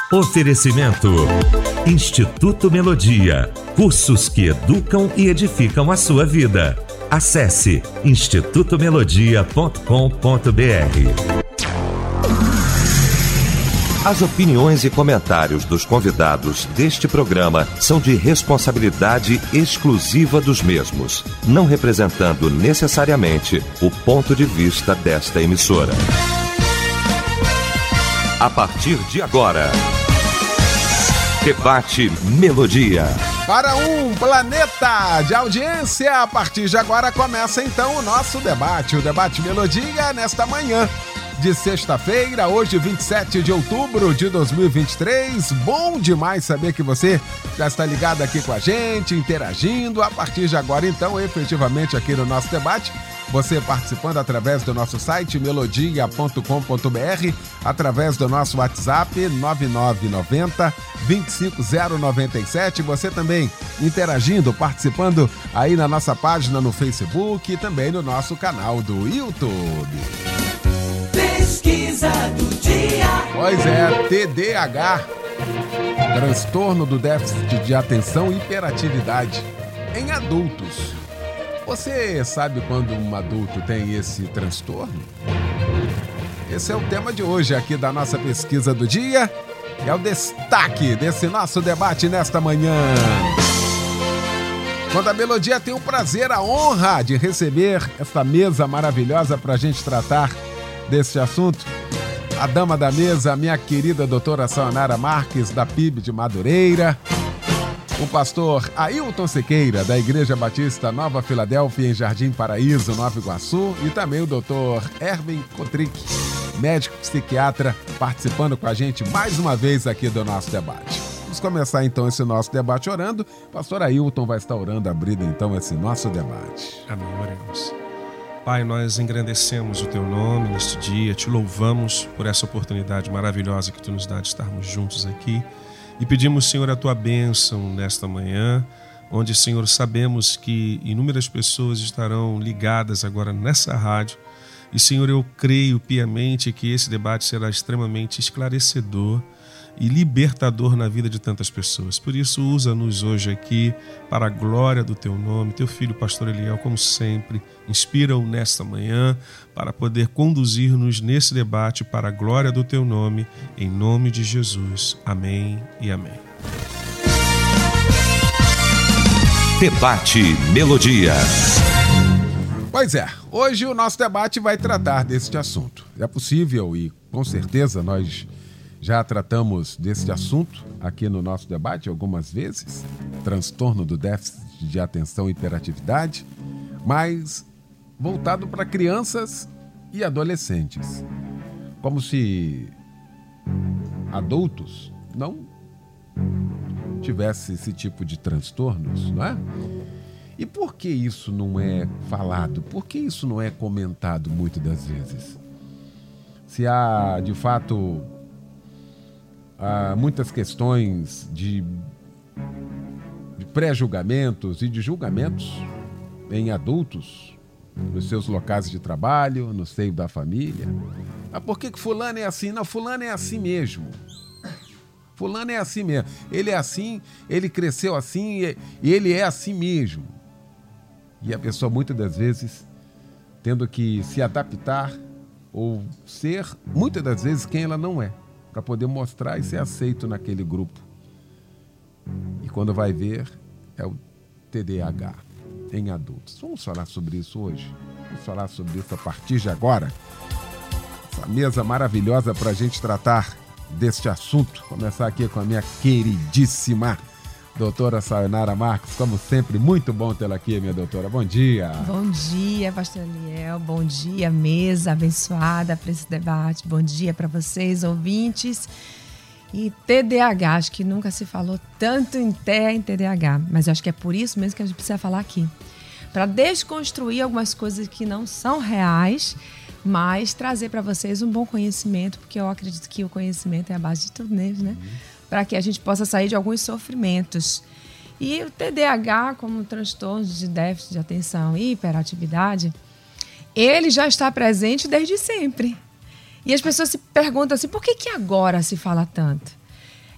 Oferecimento Instituto Melodia, cursos que educam e edificam a sua vida. Acesse institutomelodia.com.br. As opiniões e comentários dos convidados deste programa são de responsabilidade exclusiva dos mesmos, não representando necessariamente o ponto de vista desta emissora. A partir de agora, Debate Melodia. Para um planeta de audiência, a partir de agora começa então o nosso debate, o Debate Melodia, nesta manhã de sexta-feira, hoje 27 de outubro de 2023. Bom demais saber que você já está ligado aqui com a gente, interagindo. A partir de agora, então, efetivamente aqui no nosso debate, você participando através do nosso site melodia.com.br, através do nosso WhatsApp 9990-25097. Você também interagindo, participando aí na nossa página no Facebook e também no nosso canal do YouTube. Pesquisa do dia. Pois é, TDAH, transtorno do déficit de atenção e hiperatividade em adultos. Você sabe quando um adulto tem esse transtorno? Esse é o tema de hoje aqui da nossa pesquisa do dia. É o destaque desse nosso debate nesta manhã. Quando a Melodia tem o prazer, a honra de receber essa mesa maravilhosa para a gente tratar desse assunto, a dama da mesa, a minha querida doutora Sayonara Marques, da PIB de Madureira, o pastor Ailton Sequeira, da Igreja Batista Nova Filadélfia, em Jardim Paraíso, Nova Iguaçu, e também o doutor Erwin Kotrick, médico psiquiatra, participando com a gente mais uma vez aqui do nosso debate. Vamos começar então esse nosso debate orando. Pastor Ailton vai estar orando, abrindo então esse nosso debate. Amém, oremos. Pai, nós engrandecemos o Teu nome neste dia, Te louvamos por essa oportunidade maravilhosa que Tu nos dá de estarmos juntos aqui e pedimos, Senhor, a Tua bênção nesta manhã, onde, Senhor, sabemos que inúmeras pessoas estarão ligadas agora nessa rádio e, Senhor, eu creio piamente que esse debate será extremamente esclarecedor e libertador na vida de tantas pessoas. Por isso, usa-nos hoje aqui para a glória do Teu nome. Teu filho, pastor Eliel, como sempre, inspira-o nesta manhã para poder conduzir-nos nesse debate para a glória do Teu nome, em nome de Jesus. Amém e amém. Debate Melodia. Pois é, hoje o nosso debate vai tratar deste assunto. É possível e com certeza nós já tratamos desse assunto aqui no nosso debate algumas vezes, transtorno do déficit de atenção e hiperatividade, mas voltado para crianças e adolescentes. Como se adultos não tivessem esse tipo de transtornos, não é? E por que isso não é falado? Por que isso não é comentado muitas das vezes? Se há, de fato, muitas questões de pré-julgamentos e de julgamentos em adultos, nos seus locais de trabalho, no seio da família. Ah, por que fulano é assim? Não, fulano é assim mesmo. Fulano é assim mesmo. Ele é assim, ele cresceu assim e ele é assim mesmo. E a pessoa, muitas das vezes, tendo que se adaptar ou ser, muitas das vezes, quem ela não é, para poder mostrar e ser aceito naquele grupo. E quando vai ver, é o TDAH em adultos. Vamos falar sobre isso hoje? Vamos falar sobre isso a partir de agora? Essa mesa maravilhosa para a gente tratar deste assunto. Começar aqui com a minha queridíssima doutora Sayonara Marques. Como sempre, muito bom tê-la aqui, minha doutora. Bom dia. Bom dia, pastor Eliel. Bom dia, mesa abençoada para esse debate. Bom dia para vocês, ouvintes. E TDAH, acho que nunca se falou tanto em TDAH, mas eu acho que é por isso mesmo que a gente precisa falar aqui. Para desconstruir algumas coisas que não são reais, mas trazer para vocês um bom conhecimento, porque eu acredito que o conhecimento é a base de tudo mesmo, né? Para que a gente possa sair de alguns sofrimentos. E o TDAH, como transtorno de déficit de atenção e hiperatividade, ele já está presente desde sempre. E as pessoas se perguntam assim, por que agora se fala tanto?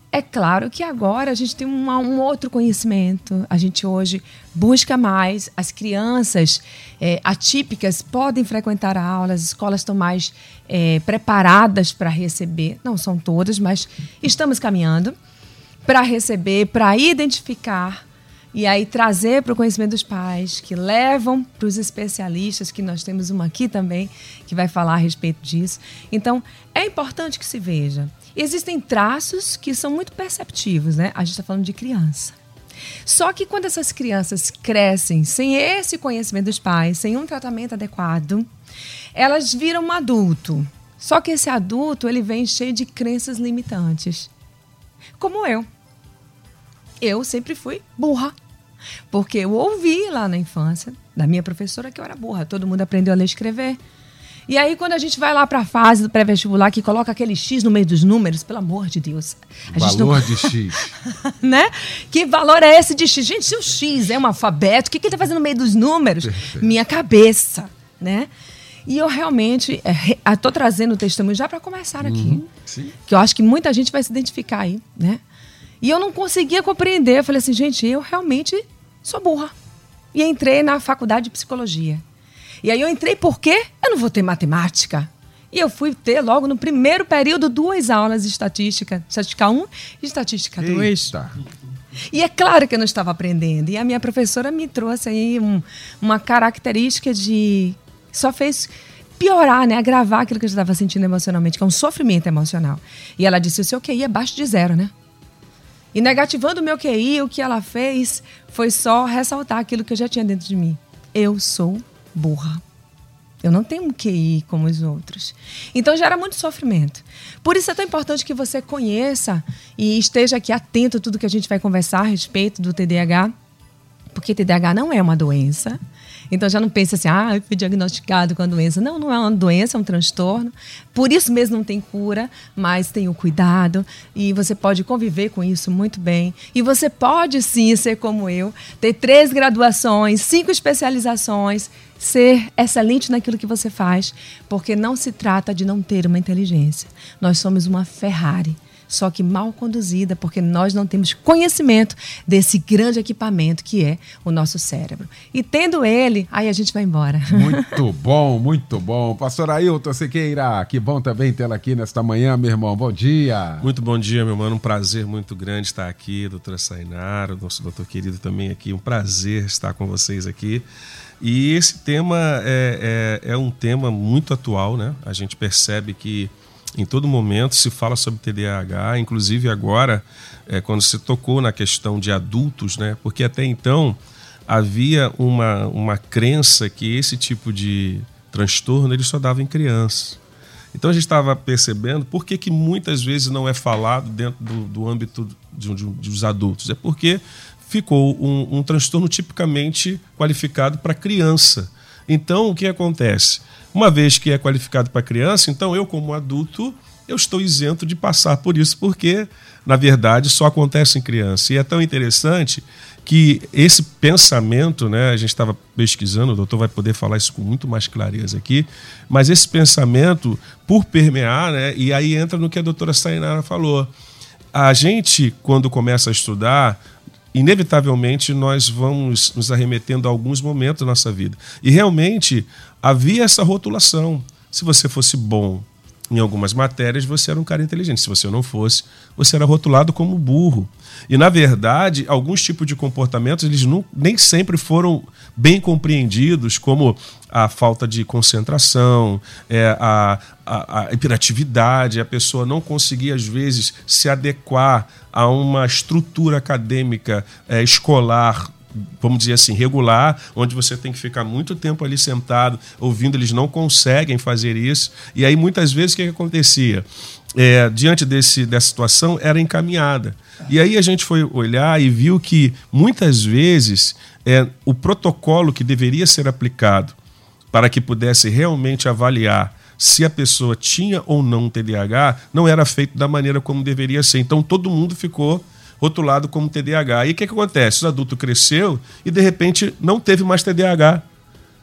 É claro que agora a gente tem um outro conhecimento. A gente hoje busca mais. As crianças atípicas podem frequentar a aula, as escolas estão mais preparadas para receber. Não são todas, mas estamos caminhando para receber, para identificar e aí trazer para o conhecimento dos pais, que levam para os especialistas, que nós temos uma aqui também, que vai falar a respeito disso. Então, é importante que se veja. Existem traços que são muito perceptivos, né? A gente está falando de criança. Só que quando essas crianças crescem sem esse conhecimento dos pais, sem um tratamento adequado, elas viram um adulto. Só que esse adulto, ele vem cheio de crenças limitantes. Como eu. Eu sempre fui burra. Porque eu ouvi lá na infância, da minha professora, que eu era burra. Todo mundo aprendeu a ler e escrever. E aí, quando a gente vai lá para a fase do pré-vestibular, que coloca aquele X no meio dos números, pelo amor de Deus. Valor de X. Né? Que valor é esse de X? Gente, se o X é um alfabeto, o que ele está fazendo no meio dos números? Perfeito. Minha cabeça, né? E eu realmente estou trazendo o testemunho já para começar aqui. Sim. Que eu acho que muita gente vai se identificar aí, né? E eu não conseguia compreender. Eu falei assim, gente, eu realmente sou burra. E entrei na faculdade de psicologia. E aí eu entrei porque eu não vou ter matemática. E eu fui ter logo no primeiro período 2 aulas de estatística. Estatística 1 e estatística 2. Eita. E é claro que eu não estava aprendendo. E a minha professora me trouxe aí uma característica de... Só fez piorar, né? Agravar aquilo que eu já estava sentindo emocionalmente, que é um sofrimento emocional. E ela disse, o seu QI é abaixo de 0, né? E negativando o meu QI, o que ela fez foi só ressaltar aquilo que eu já tinha dentro de mim. Eu sou burra. Eu não tenho um QI como os outros. Então gera muito sofrimento. Por isso é tão importante que você conheça e esteja aqui atento a tudo que a gente vai conversar a respeito do TDAH, porque TDAH não é uma doença. Então já não pense assim, eu fui diagnosticado com a doença. Não, não é uma doença, é um transtorno. Por isso mesmo não tem cura, mas tem o cuidado e você pode conviver com isso muito bem. E você pode sim ser como eu, ter 3 graduações, 5 especializações, ser excelente naquilo que você faz, porque não se trata de não ter uma inteligência. Nós somos uma Ferrari, só que mal conduzida, porque nós não temos conhecimento desse grande equipamento que é o nosso cérebro. E tendo ele, aí a gente vai embora. Muito bom, muito bom. Pastor Ailton Sequeira, que bom também tê-la aqui nesta manhã, meu irmão. Bom dia. Muito bom dia, meu mano. Um prazer muito grande estar aqui, doutora Sainara, o nosso doutor querido também aqui. Um prazer estar com vocês aqui. E esse tema é um tema muito atual, né? A gente percebe que em todo momento se fala sobre TDAH, inclusive agora, quando se tocou na questão de adultos, né? Porque até então havia uma crença que esse tipo de transtorno ele só dava em crianças. Então a gente estava percebendo por que muitas vezes não é falado dentro do âmbito dos adultos. É porque ficou um transtorno tipicamente qualificado para criança. Então o que acontece? Uma vez que é qualificado para criança, então eu, como adulto, eu estou isento de passar por isso, porque, na verdade, só acontece em criança. E é tão interessante que esse pensamento, né, a gente estava pesquisando, o doutor vai poder falar isso com muito mais clareza aqui, mas esse pensamento, por permear, né, e aí entra no que a doutora Sainara falou. A gente, quando começa a estudar, inevitavelmente nós vamos nos arremetendo a alguns momentos da nossa vida. E realmente havia essa rotulação. Se você fosse bom em algumas matérias, você era um cara inteligente. Se você não fosse, você era rotulado como burro. E, na verdade, alguns tipos de comportamentos eles nem sempre foram bem compreendidos, como a falta de concentração, a hiperatividade, a pessoa não conseguir, às vezes, se adequar a uma estrutura acadêmica escolar, vamos dizer assim, regular, onde você tem que ficar muito tempo ali sentado, ouvindo, eles não conseguem fazer isso. E aí, muitas vezes, o que acontecia? Diante dessa situação, era encaminhada. E aí a gente foi olhar e viu que, muitas vezes, o protocolo que deveria ser aplicado para que pudesse realmente avaliar se a pessoa tinha ou não TDAH, não era feito da maneira como deveria ser. Então, todo mundo ficou rotulado como TDAH. E o que acontece? O adulto cresceu e, de repente, não teve mais TDAH.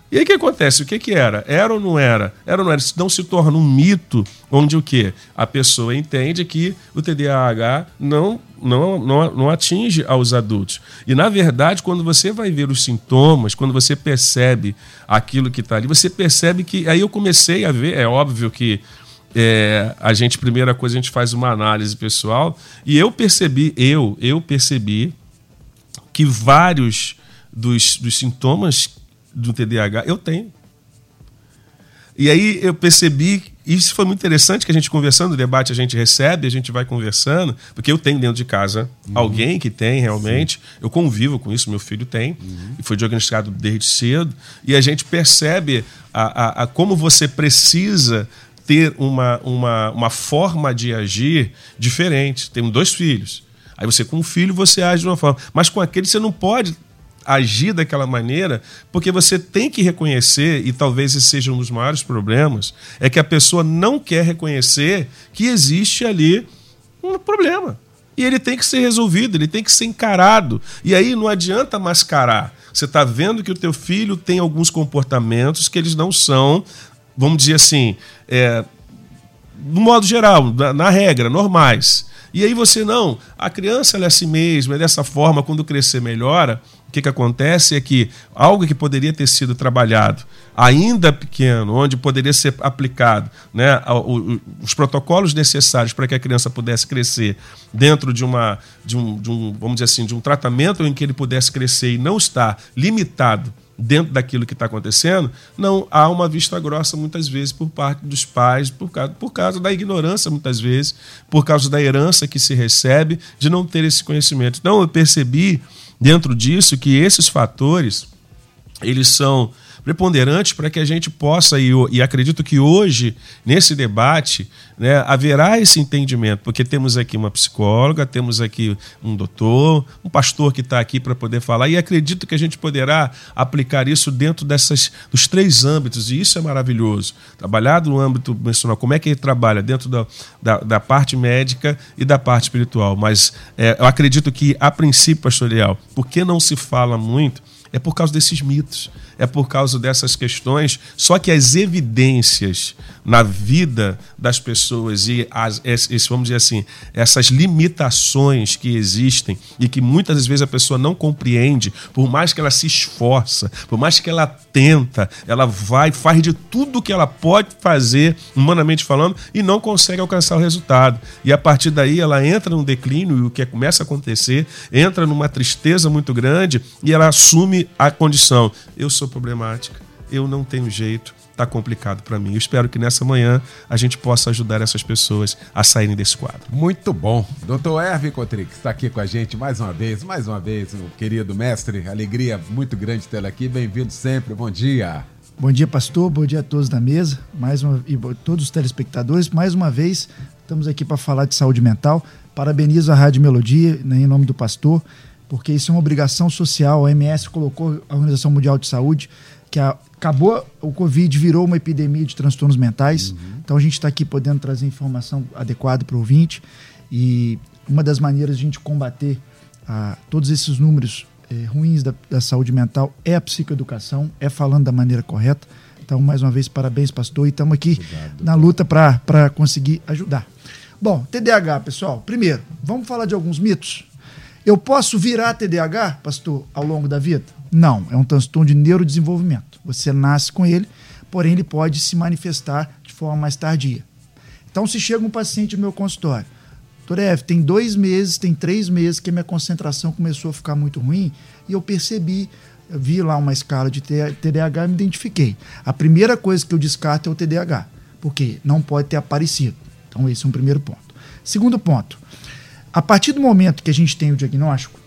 E aí o que acontece? O que era? Era ou não era? Era ou não era? Isso não se torna um mito onde o quê? A pessoa entende que o TDAH não atinge aos adultos. E, na verdade, quando você vai ver os sintomas, quando você percebe aquilo que está ali, você percebe que... Aí eu comecei a ver, é óbvio que primeira coisa, a gente faz uma análise pessoal, e eu percebi que vários dos sintomas do TDAH eu tenho. E aí eu percebi, isso foi muito interessante, que a gente conversando, no debate a gente recebe, a gente vai conversando, porque eu tenho dentro de casa alguém que tem realmente, sim, eu convivo com isso, meu filho tem, e foi diagnosticado desde cedo, e a gente percebe como você precisa ter uma forma de agir diferente. Tenho 2 filhos. Aí você, com um filho, você age de uma forma, mas com aquele você não pode agir daquela maneira, porque você tem que reconhecer, e talvez esse seja um dos maiores problemas, é que a pessoa não quer reconhecer que existe ali um problema. E ele tem que ser resolvido, ele tem que ser encarado. E aí não adianta mascarar. Você está vendo que o teu filho tem alguns comportamentos que eles não são, vamos dizer assim, no modo geral, na regra, normais. E aí você, não, a criança ela é assim mesmo, é dessa forma, quando crescer melhora. O que acontece é que algo que poderia ter sido trabalhado ainda pequeno, onde poderia ser aplicado, né, os protocolos necessários para que a criança pudesse crescer dentro de vamos dizer assim, de um tratamento em que ele pudesse crescer e não estar limitado dentro daquilo que está acontecendo, não há uma vista grossa muitas vezes por parte dos pais, por causa da ignorância muitas vezes, por causa da herança que se recebe de não ter esse conhecimento. Então eu percebi dentro disso que esses fatores, eles são preponderantes para que a gente possa, e acredito que hoje, nesse debate, né, haverá esse entendimento, porque temos aqui uma psicóloga, temos aqui um doutor, um pastor que está aqui para poder falar, e acredito que a gente poderá aplicar isso dentro dos 3 âmbitos, e isso é maravilhoso. Trabalhar no âmbito mencional, como é que ele trabalha dentro da parte médica e da parte espiritual, mas eu acredito que, a princípio, pastor Eliel, por que não se fala muito, é por causa desses mitos, é por causa dessas questões, só que as evidências na vida das pessoas e vamos dizer assim, essas limitações que existem e que muitas vezes a pessoa não compreende, por mais que ela se esforça, por mais que ela tenta, ela faz de tudo que ela pode fazer, humanamente falando, e não consegue alcançar o resultado. E a partir daí ela entra num declínio, e o que começa a acontecer, entra numa tristeza muito grande e ela assume a condição: eu sou problemática, eu não tenho jeito, está complicado para mim. Eu espero que nessa manhã a gente possa ajudar essas pessoas a saírem desse quadro. Muito bom. Dr. Herve Cotrix está aqui com a gente mais uma vez, o querido mestre. Alegria muito grande tê-lo aqui. Bem-vindo sempre. Bom dia. Bom dia, pastor. Bom dia a todos da mesa e todos os telespectadores. Mais uma vez, estamos aqui para falar de saúde mental. Parabenizo a Rádio Melodia, né, em nome do pastor, porque isso é uma obrigação social. A OMS colocou, a Organização Mundial de Saúde, que acabou o Covid, virou uma epidemia de transtornos mentais. Então a gente está aqui podendo trazer informação adequada para o ouvinte, e uma das maneiras de a gente combater todos esses números ruins da saúde mental é a psicoeducação, é falando da maneira correta. Então, mais uma vez, parabéns, pastor, e estamos aqui na luta para conseguir ajudar. Bom, TDAH, pessoal, primeiro, vamos falar de alguns mitos. Eu posso virar TDAH, pastor, ao longo da vida? Não, é um transtorno de neurodesenvolvimento. Você nasce com ele, porém ele pode se manifestar de forma mais tardia. Então, se chega um paciente no meu consultório, doutor Herve, tem 2 meses, tem 3 meses que a minha concentração começou a ficar muito ruim, e eu percebi, eu vi lá uma escala de TDAH e me identifiquei. A primeira coisa que eu descarto é o TDAH, porque não pode ter aparecido. Então, esse é um primeiro ponto. Segundo ponto, a partir do momento que a gente tem o diagnóstico,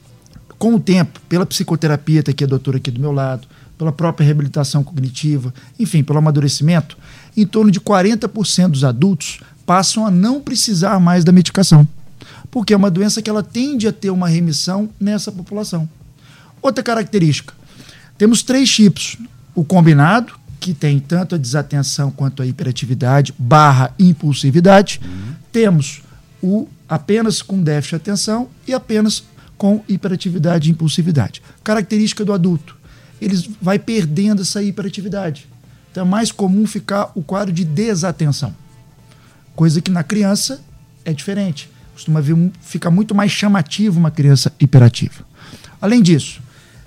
com o tempo, pela psicoterapia, tá aqui a doutora aqui do meu lado, pela própria reabilitação cognitiva, enfim, pelo amadurecimento, em torno de 40% dos adultos passam a não precisar mais da medicação, porque é uma doença que ela tende a ter uma remissão nessa população. Outra característica, temos 3 tipos: o combinado, que tem tanto a desatenção quanto a hiperatividade / impulsividade. Temos o apenas com déficit de atenção e apenas com hiperatividade e impulsividade. Característica do adulto ele vai perdendo essa hiperatividade. Então é mais comum ficar o quadro de desatenção. Coisa que na criança é diferente. Costuma ficar muito mais chamativo uma criança hiperativa. Além disso,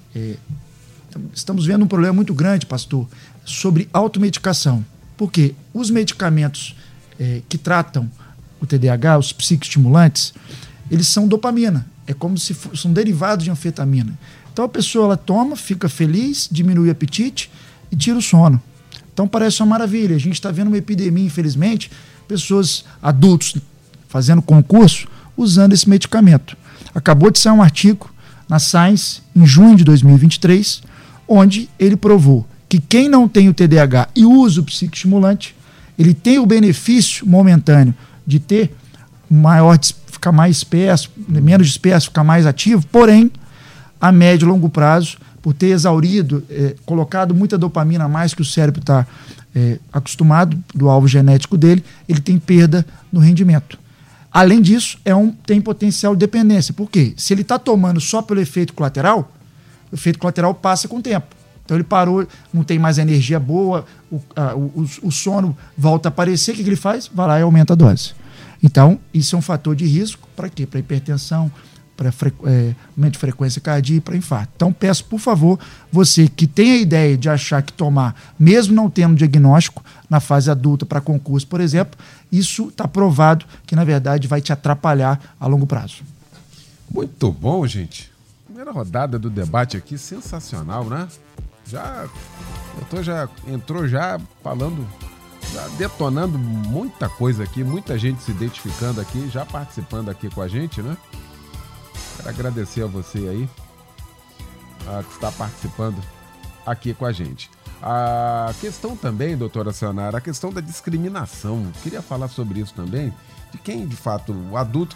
estamos vendo um problema muito grande, pastor, sobre automedicação. Porque os medicamentos que tratam o TDAH, os psicoestimulantes, eles são dopamina. É como se são derivados de anfetamina. Então a pessoa ela toma, fica feliz, diminui o apetite e tira o sono. Então parece uma maravilha. A gente está vendo uma epidemia, infelizmente, pessoas, adultos, fazendo concurso, usando esse medicamento. Acabou de sair um artigo na Science, em junho de 2023, onde ele provou que quem não tem o TDAH e usa o psicoestimulante, ele tem o benefício momentâneo de ter ficar mais disperso, menos disperso, ficar mais ativo, porém, a médio e longo prazo, por ter exaurido, colocado muita dopamina a mais que o cérebro está acostumado, do alvo genético dele, ele tem perda no rendimento. Além disso, tem potencial de dependência. Por quê? Se ele está tomando só pelo efeito colateral, o efeito colateral passa com o tempo. Então ele parou, não tem mais energia boa, o sono volta a aparecer, o que ele faz? Vai lá e aumenta a dose. Então, isso é um fator de risco para quê? Para hipertensão, para aumento de frequência cardíaca e para infarto. Então, peço, por favor, você que tem a ideia de achar que tomar, mesmo não tendo diagnóstico, na fase adulta para concurso, por exemplo, isso está provado que, na verdade, vai te atrapalhar a longo prazo. Muito bom, gente. Primeira rodada do debate aqui, sensacional, né? O doutor já entrou falando, já detonando muita coisa aqui, muita gente se identificando aqui, já participando aqui com a gente, né? Quero agradecer a você aí que está participando aqui com a gente. A questão também, doutora Sayonara, a questão da discriminação. Queria falar sobre isso também, de quem, de fato, o adulto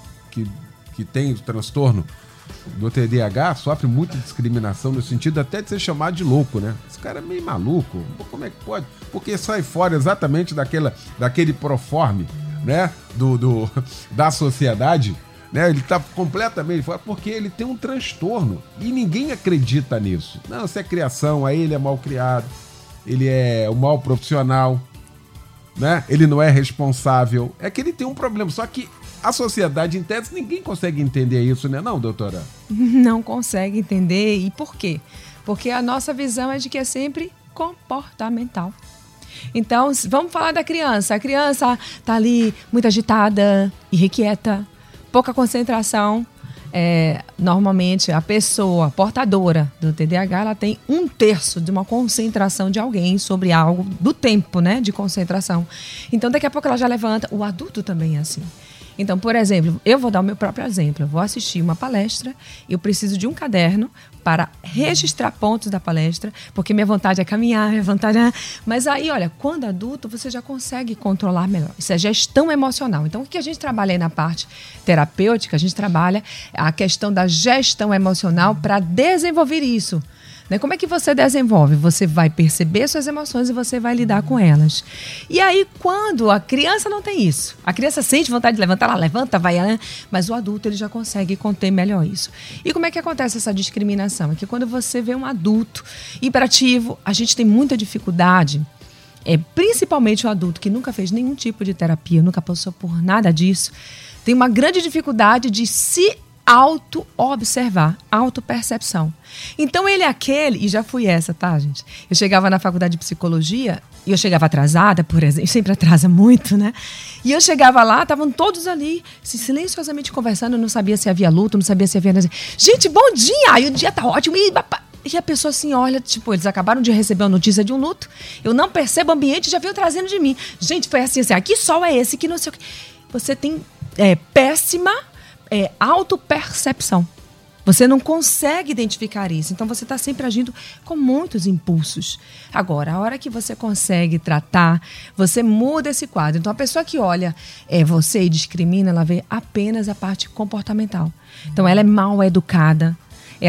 que tem o transtorno do TDAH sofre muita discriminação no sentido até de ser chamado de louco, né? Esse cara é meio maluco, como é que pode? Porque sai fora exatamente daquele proforme, né? Da sociedade, né? Ele está completamente fora porque ele tem um transtorno e ninguém acredita nisso. Não, isso é criação, aí ele é mal criado, ele é um mau profissional, né? Ele não é responsável, é que ele tem um problema, só que a sociedade, em tese, ninguém consegue entender isso, né, não, doutora? Não consegue entender. E por quê? Porque a nossa visão é de que é sempre comportamental. Então, vamos falar da criança. A criança está ali muito agitada, irrequieta, pouca concentração. Normalmente, a pessoa portadora do TDAH, ela tem 1/3 de uma concentração de alguém sobre algo do tempo, né, de concentração. Então, daqui a pouco ela já levanta. O adulto também é assim. Então, por exemplo, eu vou dar o meu próprio exemplo. Eu vou assistir uma palestra, eu preciso de um caderno para registrar pontos da palestra, porque minha vontade é caminhar, minha vontade é... Mas aí, olha, quando adulto, você já consegue controlar melhor. Isso é gestão emocional. Então, o que a gente trabalha aí na parte terapêutica, a gente trabalha a questão da gestão emocional para desenvolver isso. Como é que você desenvolve? Você vai perceber suas emoções e você vai lidar com elas. E aí, quando a criança não tem isso, a criança sente vontade de levantar, ela levanta, vai, mas o adulto ele já consegue conter melhor isso. E como é que acontece essa discriminação? É que quando você vê um adulto hiperativo, a gente tem muita dificuldade, principalmente o adulto que nunca fez nenhum tipo de terapia, nunca passou por nada disso, tem uma grande dificuldade de se auto-observar, auto-percepção. Então ele é aquele, e já fui essa, tá, gente? Eu chegava na faculdade de psicologia, e eu chegava atrasada, por exemplo, sempre atrasa muito, né? E eu chegava lá, estavam todos ali, silenciosamente conversando, eu não sabia se havia luto, não sabia se havia... Gente, bom dia! Aí o dia tá ótimo, e a pessoa assim olha, tipo, eles acabaram de receber a notícia de um luto, eu não percebo o ambiente, já veio trazendo de mim. Gente, foi assim, que sol é esse, que não sei o que... Você tem péssima... autopercepção. Você não consegue identificar isso. Então, você está sempre agindo com muitos impulsos. Agora, a hora que você consegue tratar, você muda esse quadro. Então, a pessoa que olha você e discrimina, ela vê apenas a parte comportamental. Então, ela é mal educada.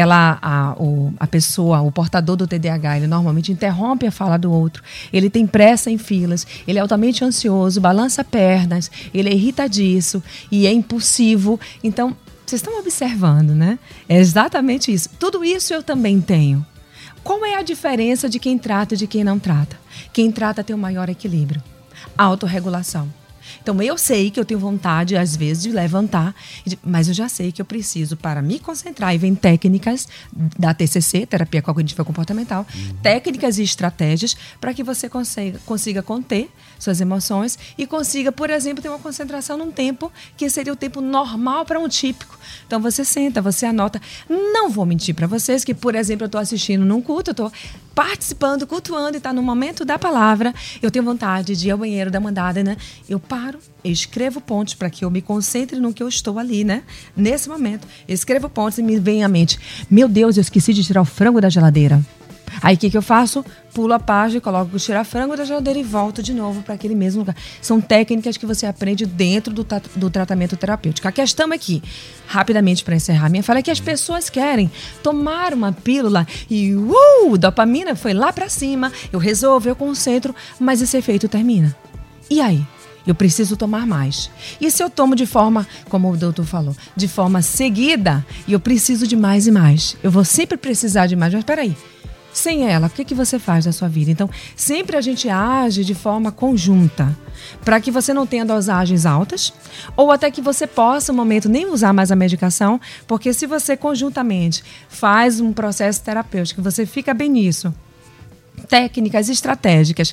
A pessoa, o portador do TDAH, ele normalmente interrompe a fala do outro, ele tem pressa em filas, ele é altamente ansioso, balança pernas, ele é irritadiço e é impulsivo. Então, vocês estão observando, né? É exatamente isso. Tudo isso eu também tenho. Qual é a diferença de quem trata e de quem não trata? Quem trata tem um maior equilíbrio, autorregulação. Então, eu sei que eu tenho vontade, às vezes, de levantar, mas eu já sei que eu preciso, para me concentrar, e vem técnicas da TCC, Terapia Cognitiva Comportamental, técnicas e estratégias para que você consiga conter suas emoções e consiga, por exemplo, ter uma concentração num tempo que seria o tempo normal para um típico. Então, você senta, você anota. Não vou mentir para vocês que, por exemplo, eu estou assistindo num culto, eu estou participando, cultuando e está no momento da palavra, eu tenho vontade de ir ao banheiro, dar uma andada, né? Eu paro, eu escrevo pontos para que eu me concentre no que eu estou ali, né? Nesse momento, eu escrevo pontos e me vem à mente, meu Deus, eu esqueci de tirar o frango da geladeira. Aí o que eu faço? Pulo a página, coloco o tirar frango da geladeira e volto de novo para aquele mesmo lugar. São técnicas que você aprende dentro do tratamento terapêutico. A questão é que, rapidamente para encerrar minha fala, é que as pessoas querem tomar uma pílula e dopamina foi lá para cima, eu resolvo, eu concentro, mas esse efeito termina. E aí? Eu preciso tomar mais. E se eu tomo de forma, como o doutor falou, de forma seguida, e eu preciso de mais e mais? Eu vou sempre precisar de mais, mas peraí. Sem ela, o que você faz da sua vida? Então, sempre a gente age de forma conjunta, para que você não tenha dosagens altas, ou até que você possa, no momento, nem usar mais a medicação, porque se você conjuntamente faz um processo terapêutico, você fica bem nisso, técnicas estratégias.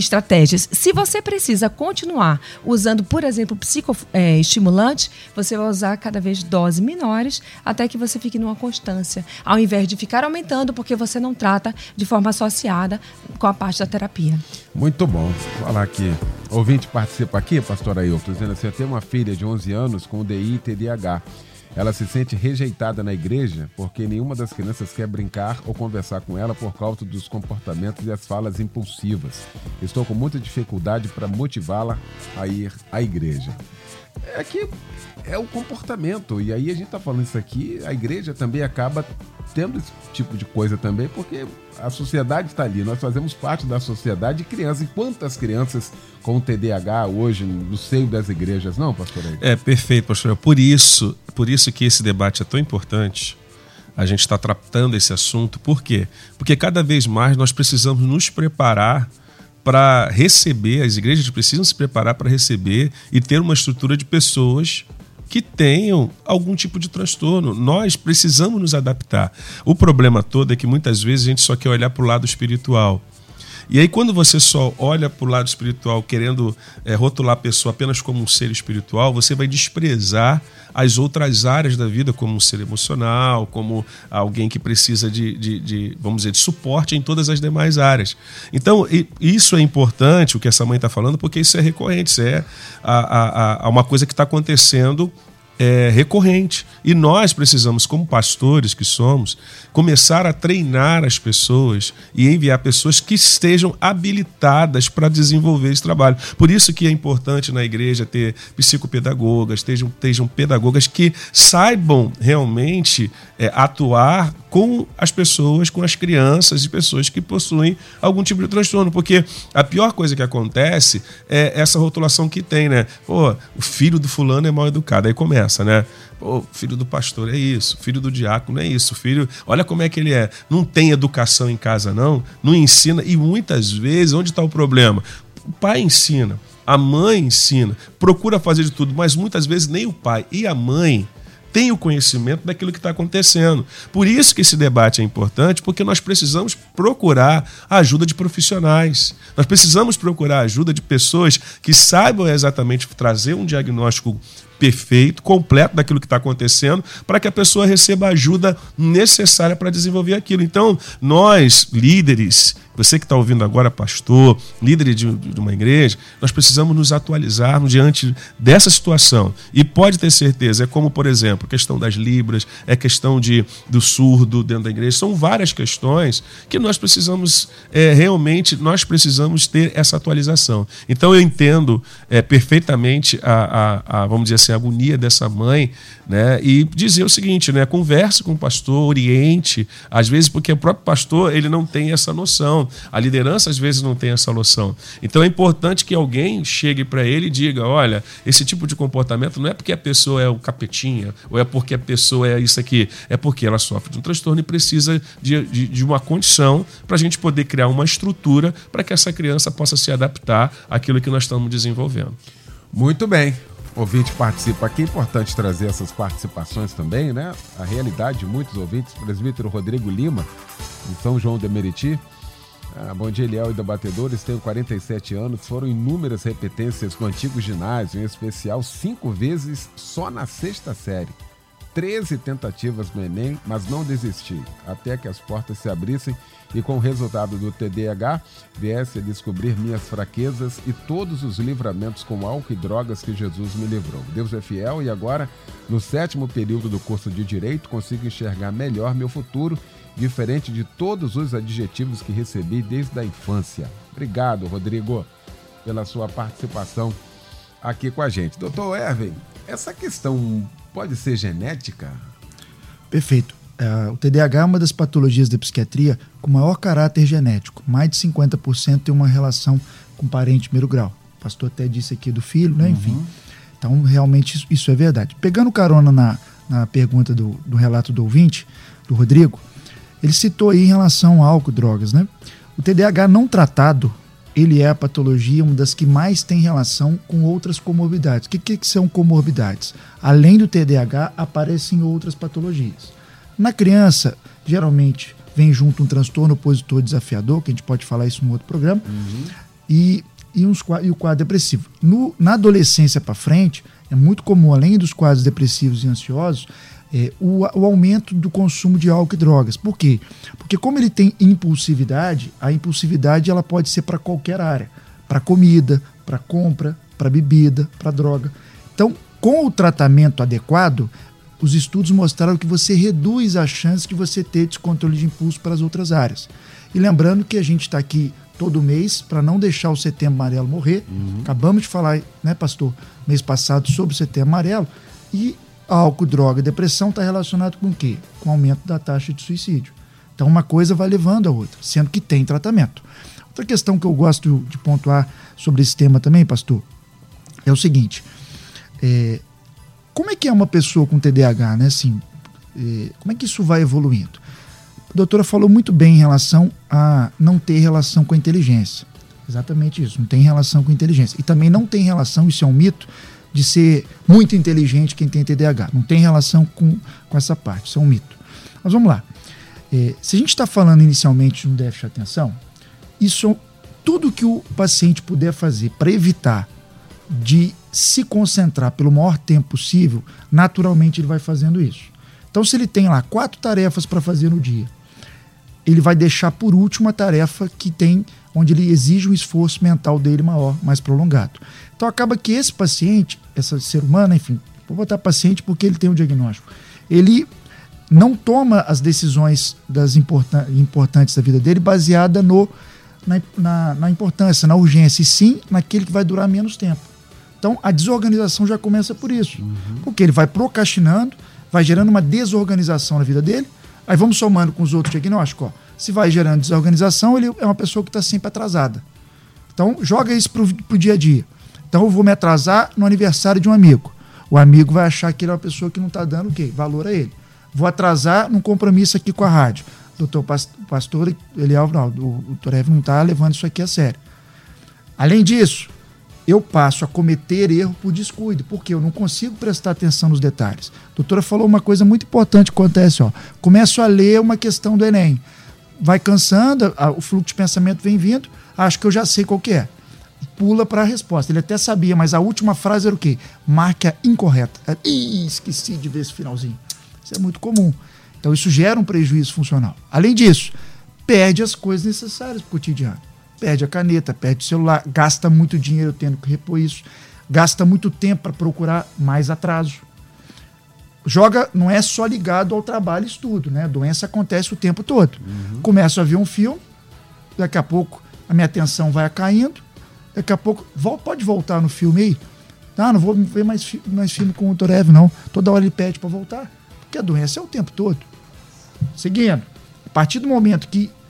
Se você precisa continuar usando, por exemplo, psicoestimulante, você vai usar cada vez doses menores até que você fique numa constância, ao invés de ficar aumentando, porque você não trata de forma associada com a parte da terapia. Muito bom. Vou falar aqui. O ouvinte participa aqui, pastor Ailton, dizendo assim, eu tenho uma filha de 11 anos com DI e TDAH. Ela se sente rejeitada na igreja porque nenhuma das crianças quer brincar ou conversar com ela por causa dos comportamentos e as falas impulsivas. Estou com muita dificuldade para motivá-la a ir à igreja. É que é o comportamento. E aí a gente está falando isso aqui, a igreja também acaba tendo esse tipo de coisa também, porque a sociedade está ali, nós fazemos parte da sociedade de crianças. E quantas crianças com TDAH hoje no seio das igrejas, não, pastor? Perfeito, pastor. Por isso que esse debate é tão importante. A gente está tratando esse assunto. Por quê? Porque cada vez mais nós precisamos nos preparar para receber, as igrejas precisam se preparar para receber e ter uma estrutura de pessoas que tenham algum tipo de transtorno. Nós precisamos nos adaptar. O problema todo é que muitas vezes a gente só quer olhar para o lado espiritual. E aí quando você só olha para o lado espiritual querendo rotular a pessoa apenas como um ser espiritual, você vai desprezar as outras áreas da vida, como um ser emocional, como alguém que precisa vamos dizer, de suporte em todas as demais áreas. Então, isso é importante, o que essa mãe está falando, porque isso é recorrente, isso é uma coisa que está acontecendo recorrente. E nós precisamos, como pastores que somos, começar a treinar as pessoas e enviar pessoas que estejam habilitadas para desenvolver esse trabalho. Por isso que é importante na igreja ter psicopedagogas, estejam pedagogas que saibam realmente atuar com as pessoas, com as crianças e pessoas que possuem algum tipo de transtorno, porque a pior coisa que acontece é essa rotulação que tem, né? Pô, o filho do fulano é mal educado, aí começa, né? Pô, filho do pastor é isso, filho do diácono é isso, olha como é que ele é, não tem educação em casa não ensina, e muitas vezes, onde está o problema? O pai ensina, a mãe ensina, procura fazer de tudo, mas muitas vezes nem o pai e a mãe tem o conhecimento daquilo que está acontecendo. Por isso que esse debate é importante, porque nós precisamos procurar a ajuda de profissionais. Nós precisamos procurar a ajuda de pessoas que saibam exatamente trazer um diagnóstico perfeito, completo daquilo que está acontecendo, para que a pessoa receba a ajuda necessária para desenvolver aquilo. Então, nós, líderes, você que está ouvindo agora, pastor, líder de uma igreja, nós precisamos nos atualizarmos diante dessa situação. E pode ter certeza, é como, por exemplo, a questão das libras, é questão do surdo dentro da igreja, são várias questões que nós precisamos, realmente, nós precisamos ter essa atualização. Então, eu entendo perfeitamente vamos dizer assim, a agonia dessa mãe, né? E dizer o seguinte, né? Converse com o pastor, oriente, às vezes porque o próprio pastor ele não tem essa noção. A liderança às vezes não tem essa noção. Então é importante que alguém chegue para ele e diga, olha, esse tipo de comportamento não é porque a pessoa é o capetinha, ou é porque a pessoa é isso aqui, é porque ela sofre de um transtorno e precisa de uma condição para a gente poder criar uma estrutura para que essa criança possa se adaptar àquilo que nós estamos desenvolvendo. Muito bem. Ouvinte participa aqui, é importante trazer essas participações também, né? A realidade de muitos ouvintes, presbítero Rodrigo Lima, em São João de Meriti. Bom dia, Eliel e debatedores, tenho 47 anos, foram inúmeras repetências no antigo ginásio, em especial 5 vezes só na 6ª série. 13 tentativas no Enem, mas não desisti, até que as portas se abrissem e com o resultado do TDAH viesse a descobrir minhas fraquezas e todos os livramentos com álcool e drogas que Jesus me livrou. Deus é fiel e agora, no 7º período do curso de Direito, consigo enxergar melhor meu futuro, diferente de todos os adjetivos que recebi desde a infância. Obrigado, Rodrigo, pela sua participação aqui com a gente. Doutor Erwin, essa questão pode ser genética? Perfeito. O TDAH é uma das patologias da psiquiatria com maior caráter genético. Mais de 50% tem uma relação com parente de primeiro grau. O pastor até disse aqui do filho, né? Enfim. Então, realmente, isso é verdade. Pegando carona na pergunta do relato do ouvinte, do Rodrigo, ele citou aí em relação ao álcool e drogas, né? O TDAH não tratado, ele é a patologia, uma das que mais tem relação com outras comorbidades. O que são comorbidades? Além do TDAH, aparecem outras patologias. Na criança, geralmente, vem junto um transtorno opositor desafiador, que a gente pode falar isso em outro programa, e o quadro depressivo. Na adolescência para frente, é muito comum, além dos quadros depressivos e ansiosos, o aumento do consumo de álcool e drogas. Por quê? Porque como ele tem impulsividade, a impulsividade ela pode ser para qualquer área. Para comida, para compra, para bebida, para droga. Então, com o tratamento adequado, os estudos mostraram que você reduz a chance de você ter descontrole de impulso para as outras áreas. E lembrando que a gente está aqui todo mês para não deixar o Setembro Amarelo morrer. Acabamos de falar, né, pastor, mês passado sobre o Setembro Amarelo. E álcool, droga e depressão está relacionado com o quê? Com o aumento da taxa de suicídio. Então uma coisa vai levando a outra, sendo que tem tratamento. Outra questão que eu gosto de pontuar sobre esse tema também, pastor, é o seguinte. Como é que é uma pessoa com TDAH, né? Assim, como é que isso vai evoluindo? A doutora falou muito bem em relação a não ter relação com a inteligência. Exatamente isso, não tem relação com a inteligência. E também não tem relação, isso é um mito, de ser muito inteligente quem tem TDAH. Não tem relação com essa parte, isso é um mito. Mas vamos lá. Se a gente está falando inicialmente de um déficit de atenção, isso, tudo que o paciente puder fazer para evitar de se concentrar pelo maior tempo possível, naturalmente ele vai fazendo isso. Então, se ele tem lá 4 tarefas para fazer no dia, ele vai deixar por último a tarefa que tem, onde ele exige um esforço mental dele maior, mais prolongado. Então acaba que esse paciente, esse ser humano, enfim, vou botar paciente porque ele tem um diagnóstico, ele não toma as decisões importantes da vida dele baseada na importância, na urgência, e sim naquele que vai durar menos tempo. Então a desorganização já começa por isso, porque ele vai procrastinando, vai gerando uma desorganização na vida dele. Aí vamos somando com os outros diagnósticos. Se vai gerando desorganização, ele é uma pessoa que está sempre atrasada. Então, joga isso para o dia a dia. Então, eu vou me atrasar no aniversário de um amigo. O amigo vai achar que ele é uma pessoa que não está dando o quê? Valor a ele. Vou atrasar num compromisso aqui com a rádio. Doutor pastor Eliel, não, o doutor Ev não está levando isso aqui a sério. Além disso, eu passo a cometer erro por descuido, porque eu não consigo prestar atenção nos detalhes. A doutora falou uma coisa muito importante que acontece. Começo a ler uma questão do Enem. Vai cansando, o fluxo de pensamento vem vindo, acho que eu já sei qual que é. Pula para a resposta. Ele até sabia, mas a última frase era o quê? Marca incorreta. Esqueci de ver esse finalzinho. Isso é muito comum. Então isso gera um prejuízo funcional. Além disso, perde as coisas necessárias para o cotidiano. Perde a caneta, perde o celular, gasta muito dinheiro tendo que repor isso, gasta muito tempo para procurar mais atraso. Não é só ligado ao trabalho e estudo, né? A doença acontece o tempo todo. Começo a ver um filme, daqui a pouco a minha atenção vai caindo, daqui a pouco, pode voltar no filme aí? Não vou ver mais filme com o Dr. Ev, não. Toda hora ele pede para voltar, porque a doença é o tempo todo. Seguindo, a partir do momento que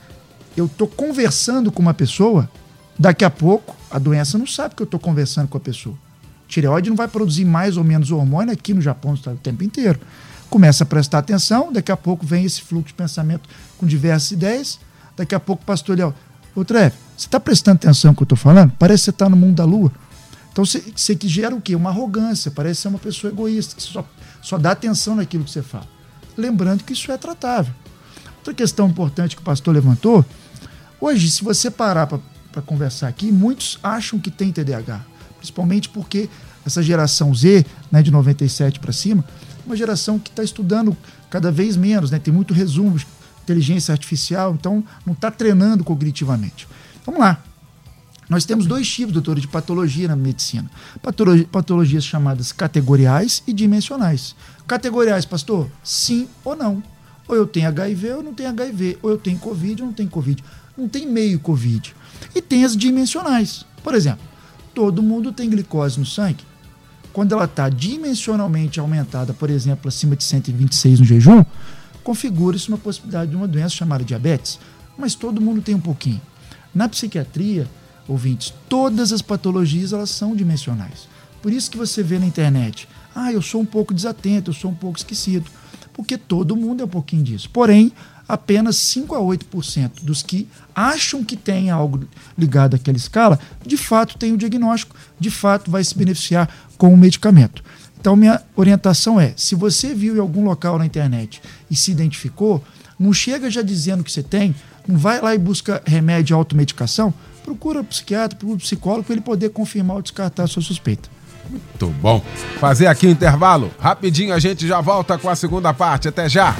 eu estou conversando com uma pessoa, daqui a pouco a doença não sabe que eu estou conversando com a pessoa. Tireoide não vai produzir mais ou menos hormônio, aqui no Japão está o tempo inteiro. Começa a prestar atenção, daqui a pouco vem esse fluxo de pensamento com diversas ideias, daqui a pouco o pastor Léo, ô Treve, você está prestando atenção no que eu estou falando? Parece que você está no mundo da lua. Então você que gera o quê? Uma arrogância, parece ser uma pessoa egoísta, que só dá atenção naquilo que você fala. Lembrando que isso é tratável. Outra questão importante que o pastor levantou, hoje, se você parar para conversar aqui, muitos acham que tem TDAH, principalmente porque essa geração Z, né, de 97 para cima, uma geração que está estudando cada vez menos, né, tem muito resumo, inteligência artificial, então não está treinando cognitivamente. Vamos lá. Nós temos 2 tipos, doutor, de patologia na medicina. Patologias chamadas categoriais e dimensionais. Categoriais, pastor, sim ou não. Ou eu tenho HIV ou eu não tenho HIV. Ou eu tenho Covid ou não tenho Covid. Não tem meio Covid. E tem as dimensionais. Por exemplo, todo mundo tem glicose no sangue. Quando ela está dimensionalmente aumentada, por exemplo, acima de 126 no jejum, configura-se uma possibilidade de uma doença chamada diabetes. Mas todo mundo tem um pouquinho. Na psiquiatria, ouvintes, todas as patologias elas são dimensionais. Por isso que você vê na internet, eu sou um pouco desatento, eu sou um pouco esquecido, porque todo mundo é um pouquinho disso. Porém, apenas 5 a 8% dos que acham que tem algo ligado àquela escala, de fato tem o diagnóstico, de fato vai se beneficiar com o medicamento. Então, minha orientação é, se você viu em algum local na internet e se identificou, não chega já dizendo que você tem, não vai lá e busca remédio e automedicação, procura o psiquiatra, procura o psicólogo para ele poder confirmar ou descartar a sua suspeita. Muito bom. Fazer aqui o intervalo. Rapidinho a gente já volta com a segunda parte. Até já.